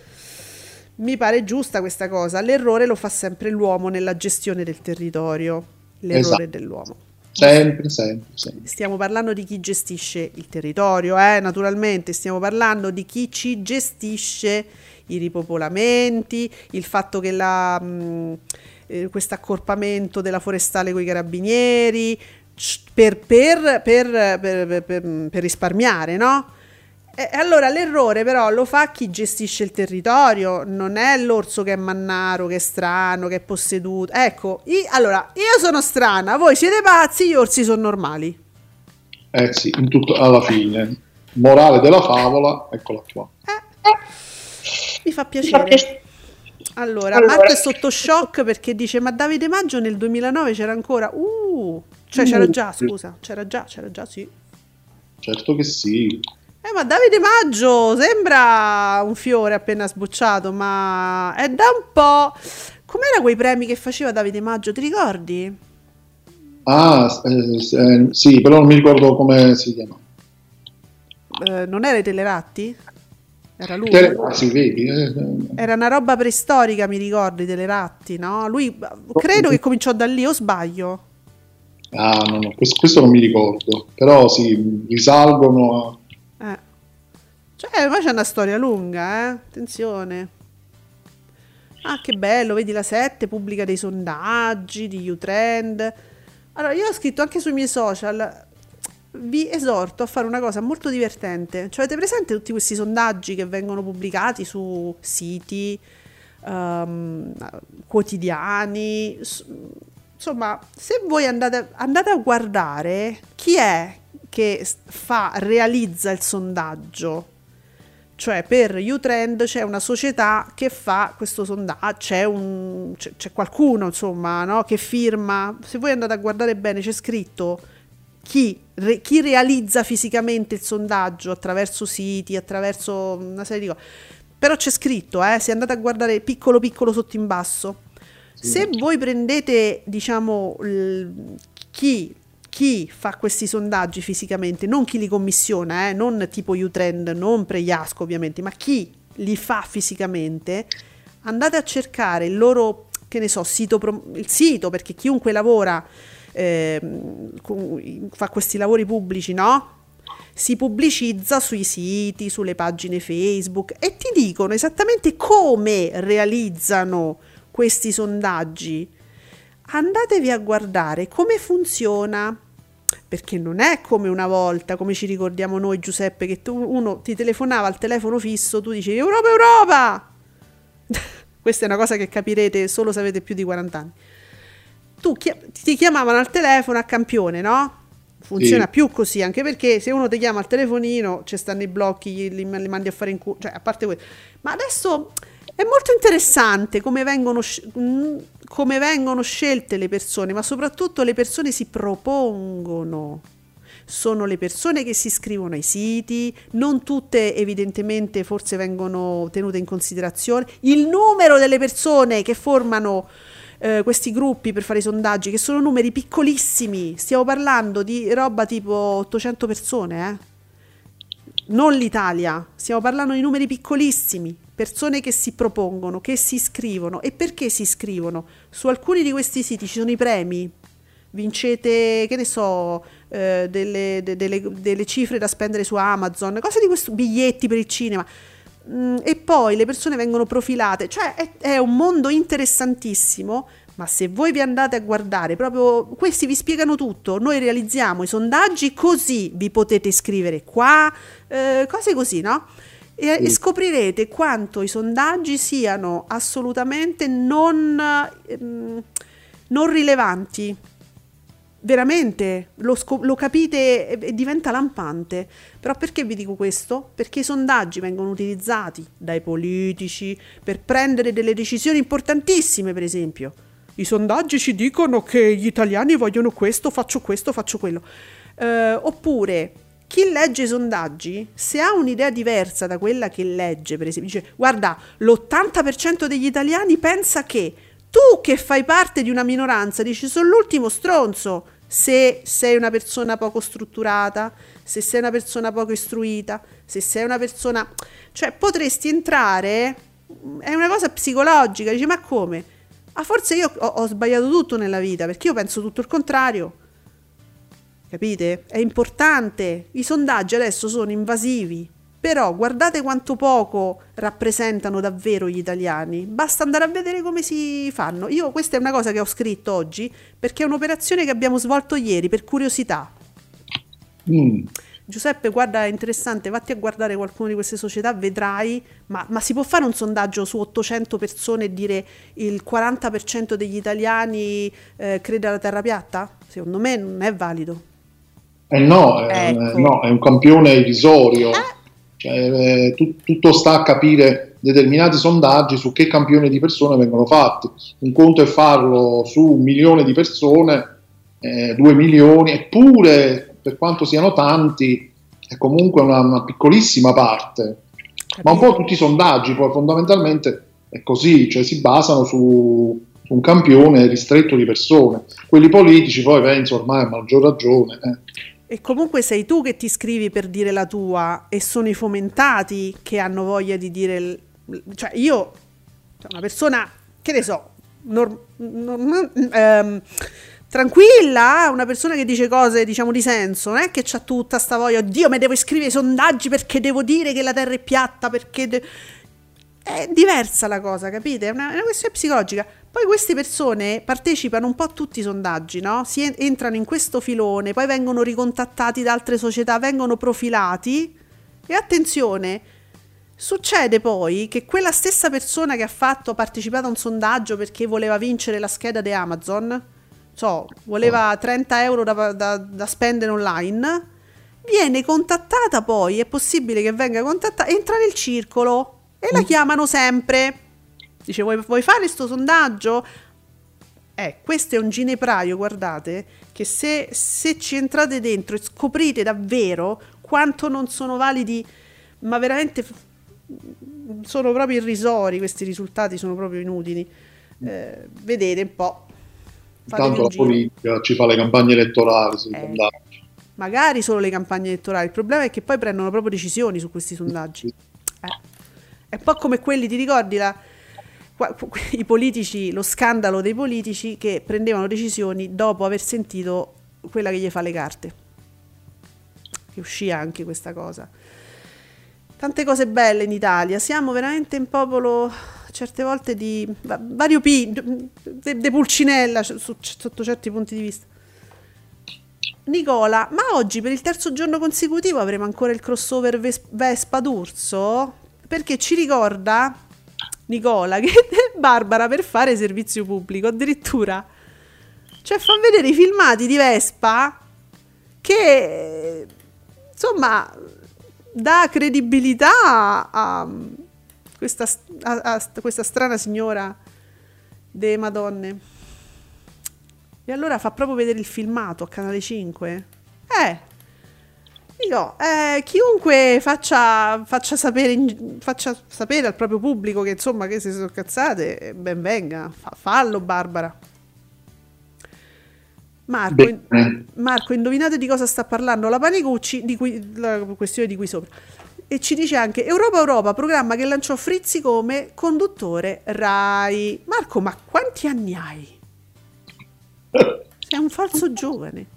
mi pare giusta questa cosa. L'errore lo fa sempre l'uomo nella gestione del territorio, l'errore dell'uomo. Sempre. Stiamo parlando di chi gestisce il territorio, naturalmente stiamo parlando di chi ci gestisce i ripopolamenti, il fatto che questo accorpamento della forestale con i carabinieri per risparmiare, no? E allora l'errore però lo fa chi gestisce il territorio, non è l'orso che è mannaro, che è strano, che è posseduto. Ecco, allora io sono strana, voi siete pazzi, gli orsi sono normali. Sì, in tutto, alla fine. Morale della favola, eccola qua. Mi fa piacere. Allora, Marco è sotto shock perché dice: ma Davide Maggio nel 2009 c'era ancora? C'era già, scusa, c'era già, sì. Certo che sì. Ma Davide Maggio sembra un fiore appena sbocciato, ma è da un po'. Com'era quei premi che faceva Davide Maggio, ti ricordi? Sì, però non mi ricordo come si chiama. Non era i Teleratti? Era lui? Sì, vedi? Era una roba preistorica, mi ricordo, i Teleratti, no? Lui credo che cominciò da lì, o sbaglio? No, questo non mi ricordo, però sì, risalgono a... Cioè, ma c'è una storia lunga, attenzione. Ah, che bello, vedi la 7 pubblica dei sondaggi di Utrend. Allora, io ho scritto anche sui miei social, vi esorto a fare una cosa molto divertente. Cioè, avete presente tutti questi sondaggi che vengono pubblicati su siti, quotidiani? Insomma, se voi andate a guardare chi è che realizza il sondaggio. Cioè, per Utrend c'è una società che fa questo sondaggio, c'è qualcuno, insomma, no, che firma. Se voi andate a guardare bene, c'è scritto chi realizza fisicamente il sondaggio attraverso siti, attraverso una serie di cose. Però c'è scritto, se andate a guardare piccolo piccolo sotto in basso. Sì. Se voi prendete, diciamo, chi fa questi sondaggi fisicamente, non chi li commissiona, non tipo Utrend, non Pregliasco ovviamente, ma chi li fa fisicamente, andate a cercare il loro, che ne so, il sito, perché chiunque lavora, fa questi lavori pubblici, no? Si pubblicizza sui siti, sulle pagine Facebook, e ti dicono esattamente come realizzano questi sondaggi. Andatevi a guardare come funziona, perché non è come una volta, come ci ricordiamo noi, Giuseppe, che uno ti telefonava al telefono fisso, tu dicevi Europa! Questa è una cosa che capirete solo se avete più di 40 anni. Ti chiamavano al telefono a campione, no? Funziona Sì. più così, anche perché se uno ti chiama al telefonino ci stanno i blocchi, li mandi a fare in culo, cioè, a parte quello. Ma adesso è molto interessante come vengono scelte le persone, ma soprattutto le persone si propongono. Sono le persone che si iscrivono ai siti, non tutte evidentemente forse vengono tenute in considerazione. Il numero delle persone che formano questi gruppi per fare i sondaggi, che sono numeri piccolissimi, stiamo parlando di roba tipo 800 persone, non l'Italia, stiamo parlando di numeri piccolissimi, persone che si propongono, che si iscrivono. E perché si iscrivono? Su alcuni di questi siti ci sono i premi, vincete, che ne so, delle cifre da spendere su Amazon, cose di questo, biglietti per il cinema, e poi le persone vengono profilate. Cioè è un mondo interessantissimo. Ma se voi vi andate a guardare, proprio questi vi spiegano tutto. Noi realizziamo i sondaggi così, vi potete iscrivere qua, cose così, no? E scoprirete quanto i sondaggi siano assolutamente non rilevanti. Veramente, lo capite e diventa lampante. Però perché vi dico questo? Perché i sondaggi vengono utilizzati dai politici per prendere delle decisioni importantissime, per esempio. I sondaggi ci dicono che gli italiani vogliono questo, faccio quello. Oppure chi legge i sondaggi, se ha un'idea diversa da quella che legge, per esempio, dice guarda, l'80% degli italiani pensa che, tu che fai parte di una minoranza dici sono l'ultimo stronzo se sei una persona poco strutturata, se sei una persona poco istruita, se sei una persona... Cioè potresti entrare, è una cosa psicologica, dici ma come? Forse io ho sbagliato tutto nella vita, perché io penso tutto il contrario. Capite? È importante. I sondaggi adesso sono invasivi, però guardate quanto poco rappresentano davvero gli italiani. Basta andare a vedere come si fanno. Io questa è una cosa che ho scritto oggi, perché è un'operazione che abbiamo svolto ieri per curiosità. Giuseppe, guarda, è interessante, vatti a guardare qualcuna di queste società, vedrai, ma si può fare un sondaggio su 800 persone e dire il 40% degli italiani crede alla terra piatta? Secondo me non è valido. No, è un campione irrisorio. Cioè, tutto sta a capire determinati sondaggi su che campione di persone vengono fatti. Un conto è farlo su 1 milione di persone, 2 milioni, eppure per quanto siano tanti è comunque una piccolissima parte. Ma un po' tutti i sondaggi poi fondamentalmente è così, cioè si basano su un campione ristretto di persone. Quelli politici poi penso ormai a maggior ragione. E comunque sei tu che ti iscrivi per dire la tua e sono i fomentati che hanno voglia di dire... Cioè io, una persona, che ne so, tranquilla, una persona che dice cose diciamo di senso, non è che c'ha tutta sta voglia, oddio mi devo iscrivere ai sondaggi perché devo dire che la terra è piatta, perché... È diversa la cosa, capite? È una questione psicologica. Poi queste persone partecipano un po' a tutti i sondaggi, no? Entrano in questo filone, poi vengono ricontattati da altre società, vengono profilati e attenzione, succede poi che quella stessa persona che ha partecipato a un sondaggio perché voleva vincere la scheda di Amazon, voleva 30 euro da spendere online, viene contattata poi, è possibile che venga contattata, entra nel circolo e la chiamano sempre. Dice, vuoi fare sto sondaggio? Questo è un ginepraio, guardate, che se ci entrate dentro e scoprite davvero quanto non sono validi, ma veramente sono proprio irrisori, questi risultati sono proprio inutili. Vedete un po'. Tanto la politica ci fa le campagne elettorali sui sondaggi. Magari solo le campagne elettorali, il problema è che poi prendono proprio decisioni su questi sondaggi. È un po' come quelli, ti ricordi i politici, lo scandalo dei politici che prendevano decisioni dopo aver sentito quella che gli fa le carte, che uscì anche questa cosa. Tante cose belle in Italia, siamo veramente un popolo certe volte di variopinto, de Pulcinella sotto certi punti di vista. Nicola, ma oggi per il terzo giorno consecutivo avremo ancora il crossover Vespa d'Urso? Perché ci ricorda Nicola che Barbara per fare servizio pubblico addirittura fa vedere i filmati di Vespa che insomma dà credibilità a questa strana signora delle Madonne, e allora fa proprio vedere il filmato a Canale 5. Dico, chiunque faccia sapere al proprio pubblico che insomma che se sono cazzate, ben venga, fallo Barbara. Marco, indovinate di cosa sta parlando la Panicucci, la questione di qui sopra, e ci dice anche Europa, programma che lanciò Frizzi come conduttore Rai. Marco, ma quanti anni hai? Sei un falso giovane.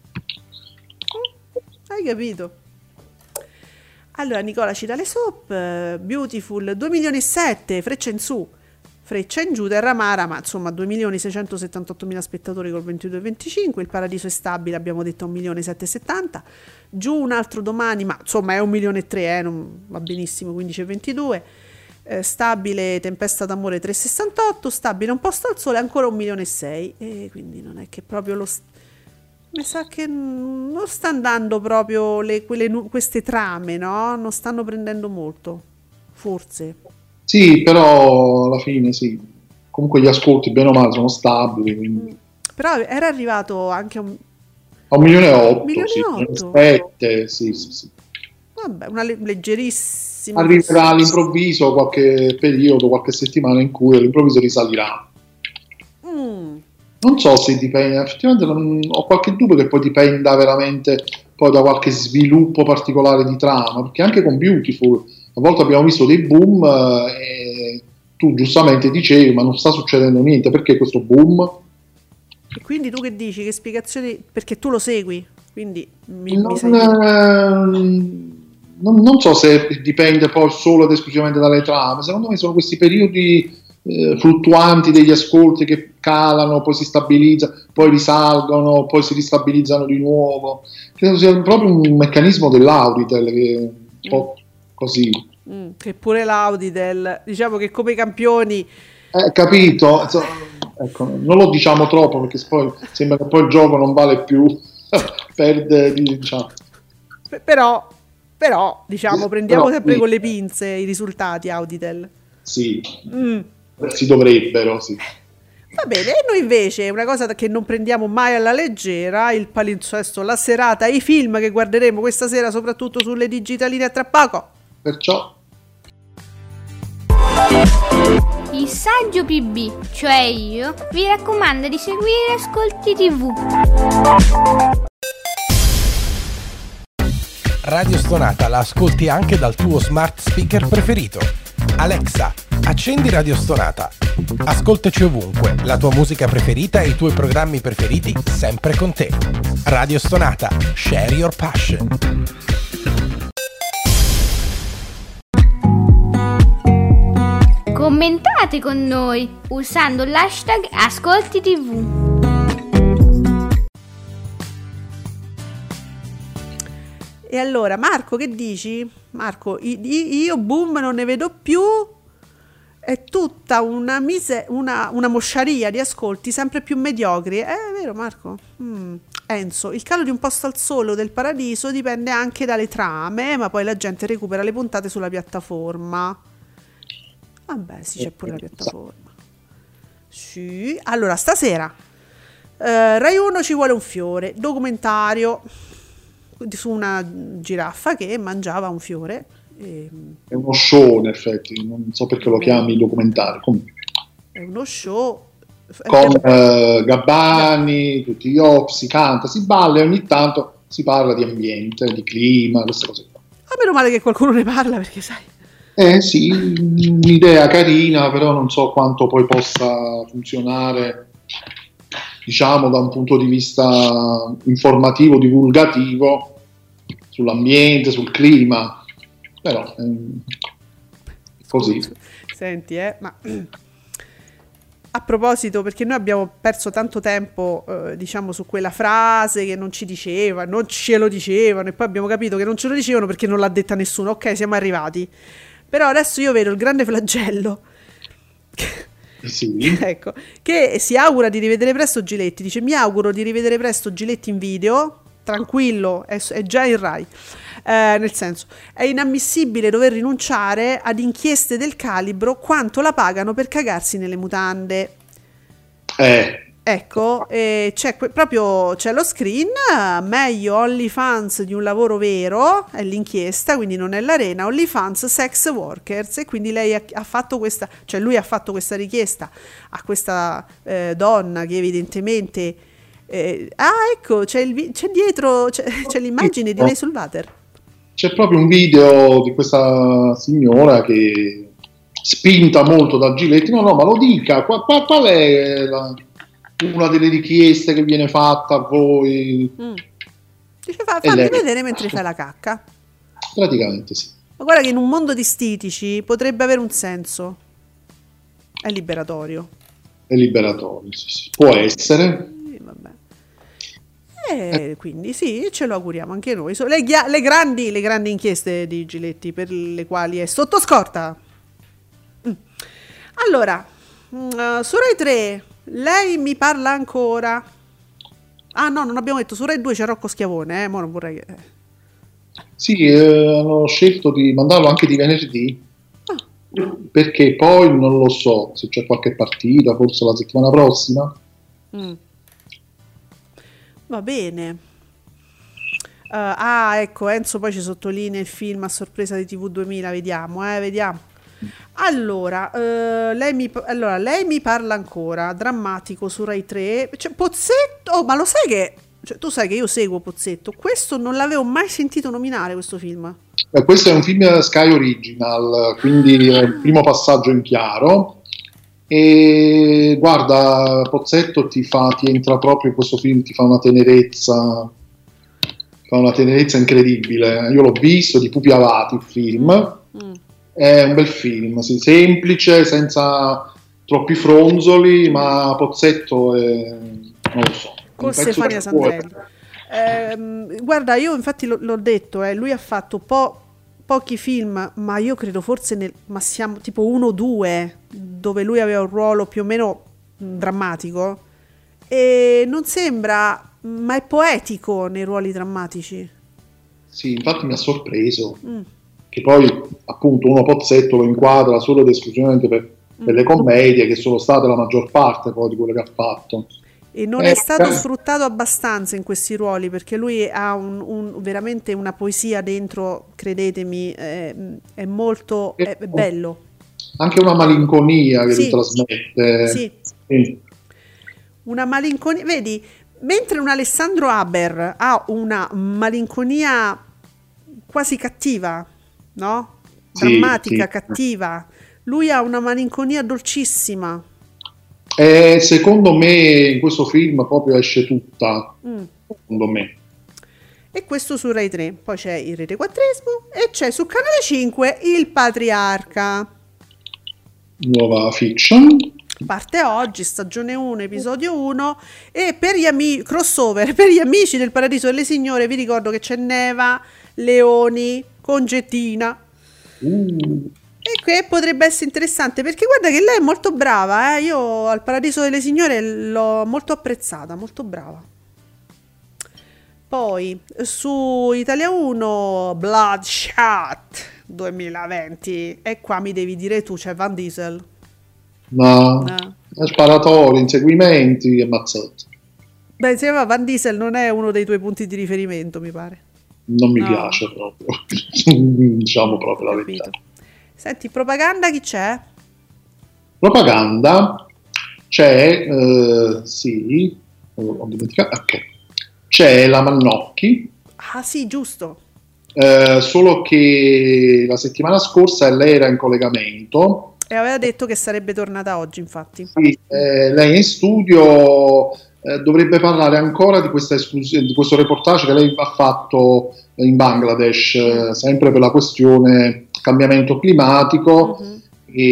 Hai capito? Allora Nicola cita le soap, Beautiful 2.700.000, Freccia in su, Freccia in giù, Terra Amara, ma insomma 2.678.000 spettatori col 22,25, Il Paradiso è stabile, abbiamo detto 1.770.000, giù un altro domani, ma insomma è 1.300.000, non va benissimo, 15,22, stabile Tempesta d'amore 3,68, stabile Un posto al sole ancora 1.600.000, e quindi non è che proprio mi sa che non sta andando proprio queste trame, no? Non stanno prendendo molto, forse. Sì, però alla fine sì. Comunque gli ascolti bene o male sono stabili. Quindi... Però era arrivato anche a 1.800.000, 1.700.000, sì. Vabbè, una leggerissima. Arriverà all'improvviso qualche periodo, qualche settimana in cui all'improvviso risalirà. Non so se dipende, effettivamente ho qualche dubbio che poi dipenda veramente poi da qualche sviluppo particolare di trama, perché anche con Beautiful a volte abbiamo visto dei boom e tu giustamente dicevi ma non sta succedendo niente, perché questo boom? E quindi tu che dici? Che spiegazioni? Perché tu lo segui, quindi non so se dipende poi solo ed esclusivamente dalle trame, secondo me sono questi periodi fluttuanti degli ascolti che calano, poi si stabilizzano, poi risalgono, poi si ristabilizzano di nuovo. Credo sia proprio un meccanismo dell'Auditel che è un po' così. Che pure l'Auditel, diciamo che come campioni. Capito? Ecco, non lo diciamo troppo perché poi sembra che poi il gioco non vale più, perde, diciamo. Però diciamo prendiamo sempre con le pinze i risultati Auditel. Sì. Si dovrebbero, sì. Va bene, e noi invece una cosa che non prendiamo mai alla leggera, il palinsesto, la serata, i film che guarderemo questa sera soprattutto sulle digitaline, a tra poco. Perciò Il saggio PB, cioè io, vi raccomanda di seguire Ascolti TV. Radio Stonata la ascolti anche dal tuo smart speaker preferito. Alexa, accendi Radio Stonata. Ascoltaci ovunque, la tua musica preferita e i tuoi programmi preferiti sempre con te. Radio Stonata, share your passion. Commentate con noi usando l'hashtag Ascolti TV. E allora, Marco, che dici? Marco, io boom non ne vedo più. È tutta una mosciaria di ascolti sempre più mediocri. È vero, Marco? Enzo, il calo di Un posto al sole o del Paradiso dipende anche dalle trame, ma poi la gente recupera le puntate sulla piattaforma. Vabbè, sì, c'è pure la piattaforma. Sì. Allora, stasera Rai 1 ci vuole un fiore, documentario su una giraffa che mangiava un fiore. È uno show, in effetti, non so perché lo chiami documentario. Comunque. È uno show con Gabbani, tutti gli ops, si canta, si balla e ogni tanto si parla di ambiente, di clima, queste cose qua. Ma meno male che qualcuno ne parla, perché sai. Sì, un'idea carina, però non so quanto poi possa funzionare, diciamo, da un punto di vista informativo, divulgativo, sull'ambiente, sul clima, però così. Senti, ma a proposito, perché noi abbiamo perso tanto tempo, diciamo, su quella frase che non ci diceva, non ce lo dicevano, e poi abbiamo capito che non ce lo dicevano perché non l'ha detta nessuno. Ok, siamo arrivati. Però adesso io vedo il grande flagello sì. Ecco, che si augura di rivedere presto Giletti. Dice: mi auguro di rivedere presto Giletti in video. Tranquillo, è già in Rai. Nel senso, è inammissibile dover rinunciare ad inchieste del calibro quanto la pagano per cagarsi nelle mutande. Ecco, proprio c'è lo screen, meglio OnlyFans di un lavoro vero, è l'inchiesta, quindi non è l'arena, OnlyFans sex workers, e quindi lei ha fatto questa, cioè lui ha fatto questa richiesta a questa donna che evidentemente, ecco, c'è dietro, c'è l'immagine di lei sul water. C'è proprio un video di questa signora che, spinta molto da Giletti, no, ma lo dica, qual è una delle richieste che viene fatta a voi? Dice, fammi vedere mentre fai la cacca. Praticamente sì. Ma guarda che in un mondo di stitici potrebbe avere un senso. È liberatorio. È liberatorio, sì. Può essere. Vabbè. Quindi sì, ce lo auguriamo anche noi. Le grandi inchieste di Giletti, per le quali è sotto scorta. Allora, su Rai 3 lei mi parla ancora. Ah no, non abbiamo detto, su Rai 2 c'è Rocco Schiavone, ma non vorrei che... Sì, hanno scelto di mandarlo anche di venerdì, perché poi non lo so se c'è qualche partita, forse la settimana prossima. Va bene. Ecco, Enzo poi ci sottolinea il film a sorpresa di TV 2000, vediamo. Allora, lei mi parla ancora, drammatico su Rai 3. Cioè, Pozzetto, ma lo sai che, cioè, tu sai che io seguo Pozzetto, questo non l'avevo mai sentito nominare, questo film. Questo è un film Sky Original, quindi è il primo passaggio in chiaro. E guarda, Pozzetto ti entra proprio in questo film, ti fa una tenerezza incredibile. Io l'ho visto, di Pupi Avati il film. È un bel film, sì, semplice, senza troppi fronzoli, ma Pozzetto è, non lo so. Con Stefania Sandrelli. Guarda, io infatti l'ho detto, lui ha fatto pochi film, ma io credo forse ma siamo tipo 1 o 2, dove lui aveva un ruolo più o meno drammatico, e non sembra, ma è poetico nei ruoli drammatici. Sì, infatti mi ha sorpreso. Che poi appunto uno Pozzetto lo inquadra solo ed esclusivamente per le commedie, che sono state la maggior parte poi di quello che ha fatto, e non è stato sfruttato abbastanza in questi ruoli, perché lui ha veramente una poesia dentro, credetemi, è molto è bello. anche una malinconia che Sì. lui trasmette. Sì. Sì. Una malinconia, vedi, mentre un Alessandro Haber ha una malinconia quasi cattiva, no? Sì, Drammatica, sì. cattiva. Lui ha una malinconia dolcissima. E secondo me in questo film proprio esce tutta, Mm. secondo me. E questo su Rai 3. Poi c'è il Rete Quattresimo e c'è su Canale 5 Il Patriarca. Nuova fiction. Parte oggi, stagione 1, episodio 1. E per gli amici, crossover, per gli amici del Paradiso delle Signore, vi ricordo che c'è Neva Leoni con Gettina. E che potrebbe essere interessante perché guarda che lei è molto brava, io al Paradiso delle Signore l'ho molto apprezzata, molto brava. Poi su Italia 1 Bloodshot 2020 e qua mi devi dire tu, c'è Van Diesel. Ma No. sparatori, inseguimenti e mazzate. Beh, se va, Van Diesel non è uno dei tuoi punti di riferimento, mi pare. Non mi No. piace proprio, diciamo proprio la Capito. verità. Senti, propaganda chi c'è? Propaganda c'è, sì, ho dimenticato, ok. C'è la Mannocchi, Ah sì, giusto. solo che la settimana scorsa lei era in collegamento. E aveva detto che sarebbe tornata oggi, infatti. Sì, lei è in studio, dovrebbe parlare ancora di questa di questo reportage che lei ha fatto in Bangladesh, sempre per la questione cambiamento climatico, Mhm.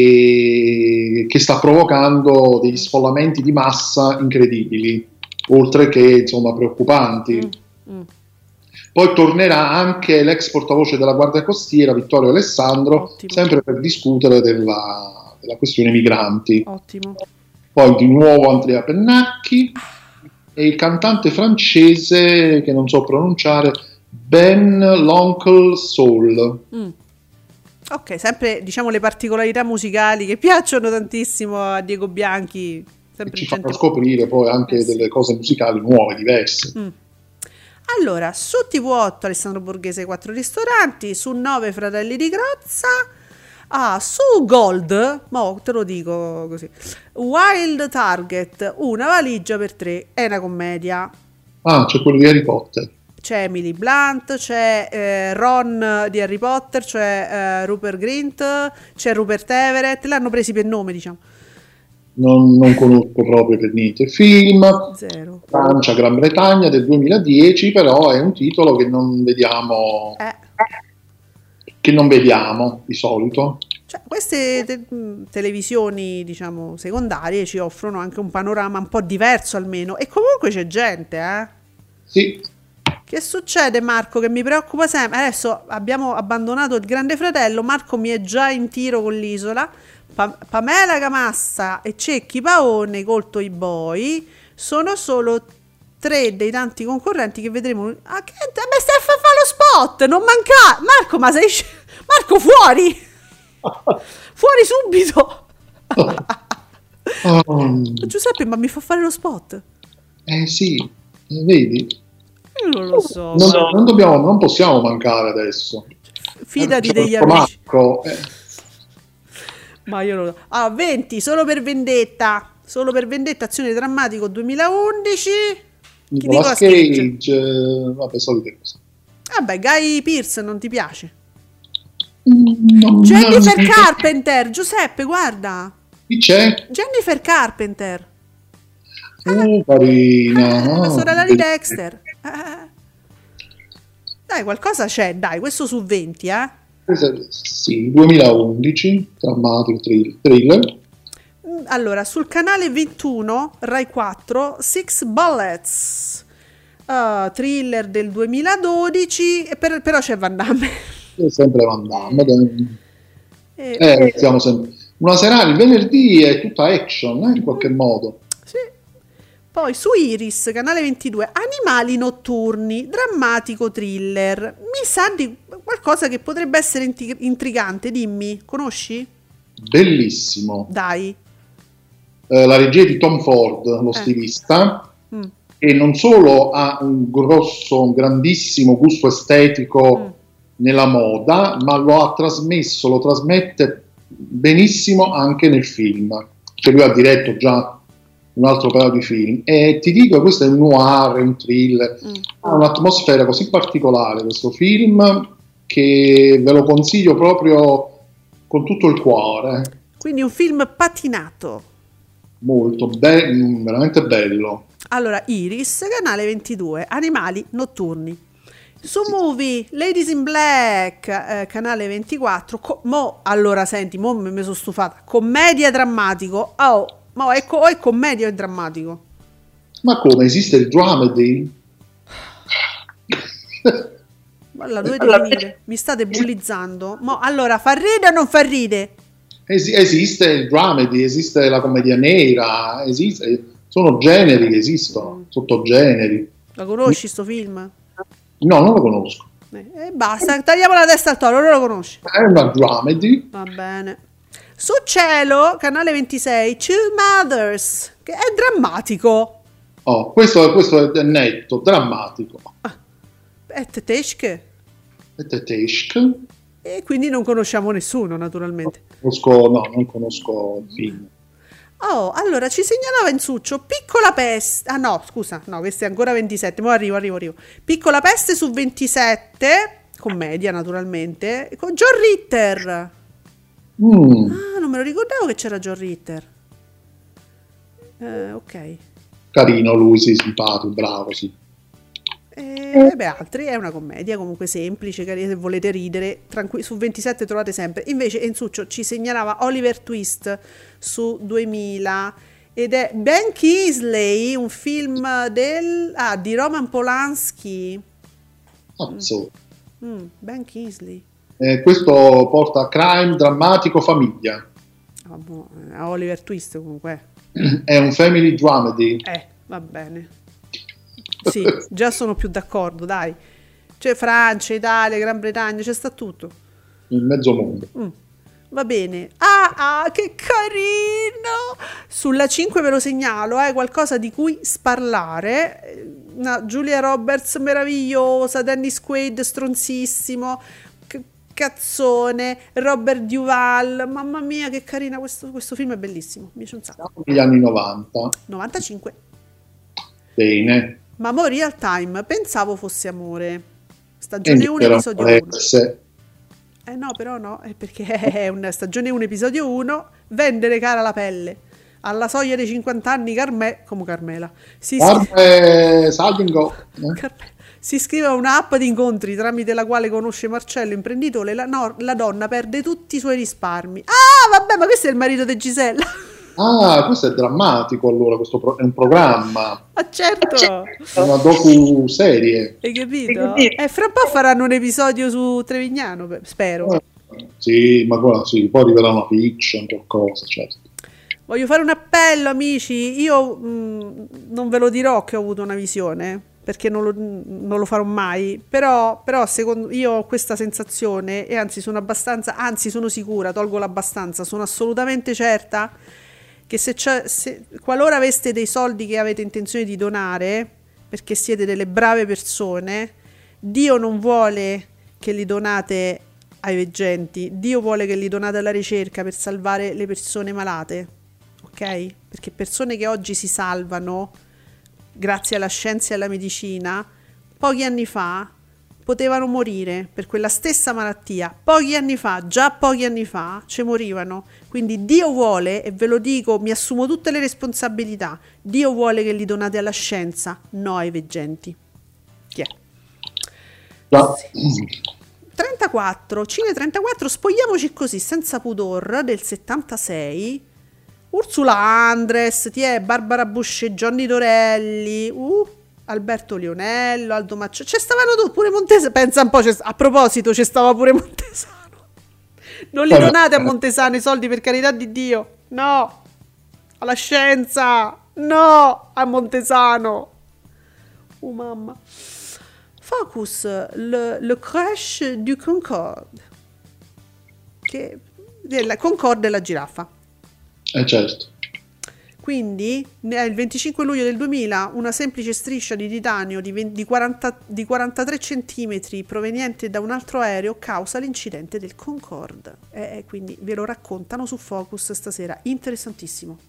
e che sta provocando degli sfollamenti di massa incredibili, oltre che insomma preoccupanti. Mm. Poi tornerà anche l'ex portavoce della Guardia Costiera Vittorio Alessandro, Ottimo. sempre per discutere della questione migranti. Ottimo. Poi di nuovo Andrea Pennacchi e il cantante francese che non so pronunciare, Ben l'Oncle Soul. Mm. Ok, sempre diciamo le particolarità musicali che piacciono tantissimo a Diego Bianchi. Che Sempre ci gente- fanno scoprire poi anche sì. delle cose musicali nuove, diverse. Mm. Allora, su TV8 Alessandro Borghese 4 ristoranti, su 9 Fratelli di Grazia, su Gold, mo te lo dico così, Wild Target, una valigia per 3, è una commedia. Ah, c'è quello di Harry Potter. C'è Emily Blunt, c'è Ron di Harry Potter, c'è Rupert Grint, c'è Rupert Everett, l'hanno presi per nome, diciamo. Non conosco proprio per niente il film. Zero. Francia, Gran Bretagna del 2010, però è un titolo che non vediamo, di solito. Cioè, queste televisioni, diciamo, secondarie ci offrono anche un panorama un po' diverso almeno. E comunque c'è gente, Sì, Che succede, Marco, che mi preoccupa sempre? Adesso abbiamo abbandonato il Grande Fratello, Marco mi è già in tiro con l'Isola. Pamela Camassa e Cecchi Paone col Toy Boy sono solo 3 dei tanti concorrenti che vedremo. Ah, che beh, stai a fare lo spot, non mancare. Marco, ma sei Marco, fuori! Fuori subito! Giuseppe, ma mi fa fare lo spot? sì, vedi? Io non lo so. Non possiamo mancare adesso. Fidati C'è degli questo amici. Marco, Ma io non lo so. 20, solo per vendetta. Solo per vendetta, azione drammatico 2011. Nicolas Cage, vabbè, solite cose. Vabbè, Guy Pearce non ti piace? Non- Jennifer Carpenter, Giuseppe, guarda. Chi c'è? Jennifer Carpenter. Carina. La sorella di Dexter. Dai, qualcosa c'è, dai, questo su 20, Sì, 2011, drammatico thriller. Allora, sul canale 21, Rai 4, Six Bullets, thriller del 2012, però c'è Van Damme. È sempre Van Damme. E- Siamo sempre. Una serata, il venerdì è tutta action, in qualche modo. Sì. Poi su Iris, canale 22, Animali notturni, drammatico thriller. Mi sa di qualcosa che potrebbe essere intrigante, dimmi, conosci? Bellissimo. Dai. La regia di Tom Ford, lo stilista, Mm. e non solo ha un grandissimo gusto estetico nella moda, ma lo trasmette benissimo anche nel film, cioè lui ha diretto già un altro paio di film, e ti dico, questo è un noir, è un thriller, ha un'atmosfera così particolare questo film che ve lo consiglio proprio con tutto il cuore. Quindi un film patinato. Molto veramente bello. Allora, Iris, canale 22, Animali notturni. Su Movie, Ladies in Black, canale 24. Allora, senti, mi sono stufata. Commedia drammatico. Ma è commedia o è drammatico? Ma come, esiste il dramedy? Allora, dovete venire. Mi state bullizzando. Allora, fa ride o non fa ride? Esiste il dramedy, esiste la commedia nera, sono generi che esistono, sottogeneri. La conosci sto film? No, non lo conosco. Basta, tagliamo la testa al toro, non lo conosci. È una dramedy. Va bene. Su Cielo, canale 26, Two Mothers, che è drammatico. Oh, questo è netto, drammatico. È tedesco. È tedesco. E quindi non conosciamo nessuno, naturalmente. Non conosco il film. Oh, allora ci segnalava in succio Piccola Peste. Ah no, scusa, no, questo è ancora 27. Mo' arrivo. Piccola Peste su 27, commedia naturalmente, con John Ritter. Ah, non me lo ricordavo che c'era John Ritter. Ok. Carino lui, sì, simpatico, bravo, sì. Altri è una commedia comunque semplice, se volete ridere, su 27 trovate sempre. Invece Enzuccio ci segnalava Oliver Twist su 2000 ed è Ben Kingsley, un film di Roman Polanski. Ben Kingsley. Questo porta a crime, drammatico, famiglia. Oliver Twist comunque è un family dramedy. Va bene. Sì, già sono più d'accordo, dai. C'è Francia, Italia, Gran Bretagna, c'è sta tutto. Il mezzo mondo. Va bene. Che carino! Sulla 5 ve lo segnalo, qualcosa di cui sparlare. Julia Roberts meravigliosa, Dennis Quaid stronzissimo, cazzone, Robert Duvall, mamma mia che carina, questo film è bellissimo, mi piace un sacco. Negli anni 90. 95. Bene. Ma Real Time, pensavo fosse amore. Stagione 1, episodio 1. No, però no, è perché è una stagione 1, episodio 1, vendere cara la pelle. Alla soglia dei 50 anni come Carmela. Si iscrive a un'app di incontri tramite la quale conosce Marcello, imprenditore. La donna perde tutti i suoi risparmi. Ah, vabbè, ma questo è il marito di Gisella. Ah, questo è drammatico, allora, questo è un programma. Ma certo! È una docu-serie. Hai capito? Fra un po' faranno un episodio su Trevignano, spero. Sì, ma guarda, sì, poi arriverà una fiction, qualcosa, certo. Voglio fare un appello, amici. Io non ve lo dirò che ho avuto una visione, perché non lo farò mai. Però secondo io ho questa sensazione, e anzi sono sicura, tolgo l'abbastanza, sono assolutamente certa che se qualora aveste dei soldi che avete intenzione di donare, perché siete delle brave persone, Dio non vuole che li donate ai veggenti, Dio vuole che li donate alla ricerca per salvare le persone malate, ok? Perché persone che oggi si salvano grazie alla scienza e alla medicina, pochi anni fa potevano morire per quella stessa malattia, già pochi anni fa ci morivano. Quindi Dio vuole, e ve lo dico, mi assumo tutte le responsabilità, Dio vuole che li donate alla scienza, no ai veggenti. Chi è? No. Sì. 34, Cine 34, spogliamoci così, senza pudor, del 76, Ursula Andress, Barbara Bush, Johnny Dorelli, Alberto Lionello, Aldo Maccio, c'è stavano tutti, pure Montesano, pensa un po', a proposito c'è stava pure Montesano. Non li donate a Montesano i soldi, per carità di Dio, no, alla scienza, no, a Montesano. Mamma. Focus, le crash du Concorde, che della Concorde e la giraffa. Certo. Quindi il 25 luglio del 2000 una semplice striscia di titanio di 43 centimetri proveniente da un altro aereo causa l'incidente del Concorde. Quindi ve lo raccontano su Focus stasera, interessantissimo.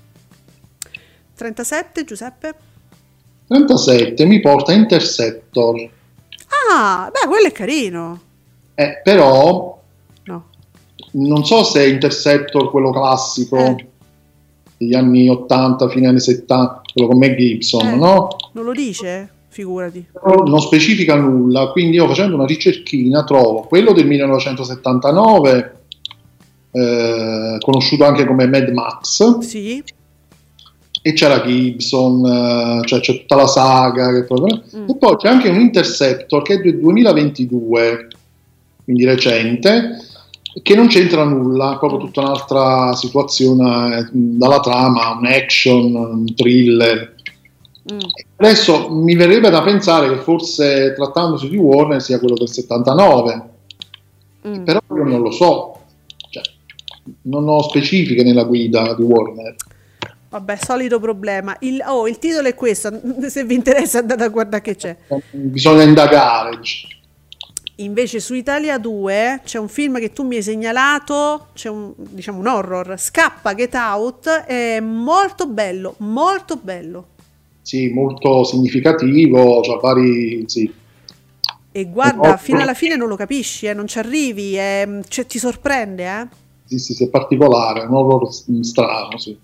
37, Giuseppe? 37 mi porta Interceptor. Ah, beh, quello è carino. Però No. non so se è Interceptor quello classico degli anni 80, fine anni 70, quello con Mel Gibson, no? Non lo dice? Figurati. Però non specifica nulla, quindi io facendo una ricerchina trovo quello del 1979, conosciuto anche come Mad Max, Sì. e c'era Gibson, cioè c'è tutta la saga, e poi c'è anche un Interceptor che è del 2022, quindi recente, che non c'entra nulla, proprio tutta un'altra situazione dalla trama, un action, un thriller. Adesso mi verrebbe da pensare che forse trattandosi di Warner sia quello del 79, però io non lo so, cioè, non ho specifiche nella guida di Warner. Vabbè, solito problema. Il titolo è questo, se vi interessa andate a guardare che c'è. Bisogna indagare. Invece su Italia 2 c'è un film che tu mi hai segnalato, c'è un horror, Scappa, Get Out, è molto bello, molto bello. Sì, molto significativo, cioè vari, sì. E guarda, fino alla fine non lo capisci, non ci arrivi, ti sorprende, Sì, è particolare, un horror strano, sì.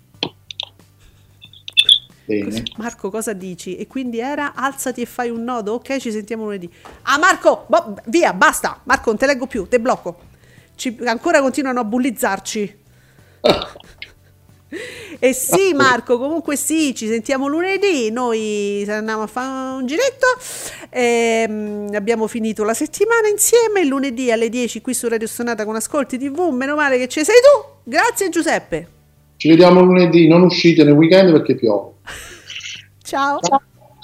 Bene. Marco, cosa dici? E quindi era alzati e fai un nodo? Ok, ci sentiamo lunedì. Ah, Marco, via, basta. Marco, non te leggo più, te blocco. Ancora continuano a bullizzarci. E sì, Marco, comunque sì, ci sentiamo lunedì. Noi andiamo a fare un giretto. Abbiamo finito la settimana insieme. Il lunedì alle 10 qui su Radio Stonata con Ascolti TV. Meno male che ci sei tu. Grazie, Giuseppe. Ci vediamo lunedì, non uscite nel weekend perché piove. Ciao. Ciao.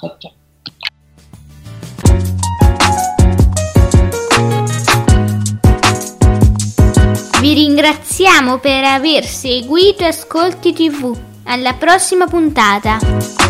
Vi ringraziamo per aver seguito Ascolti TV. Alla prossima puntata.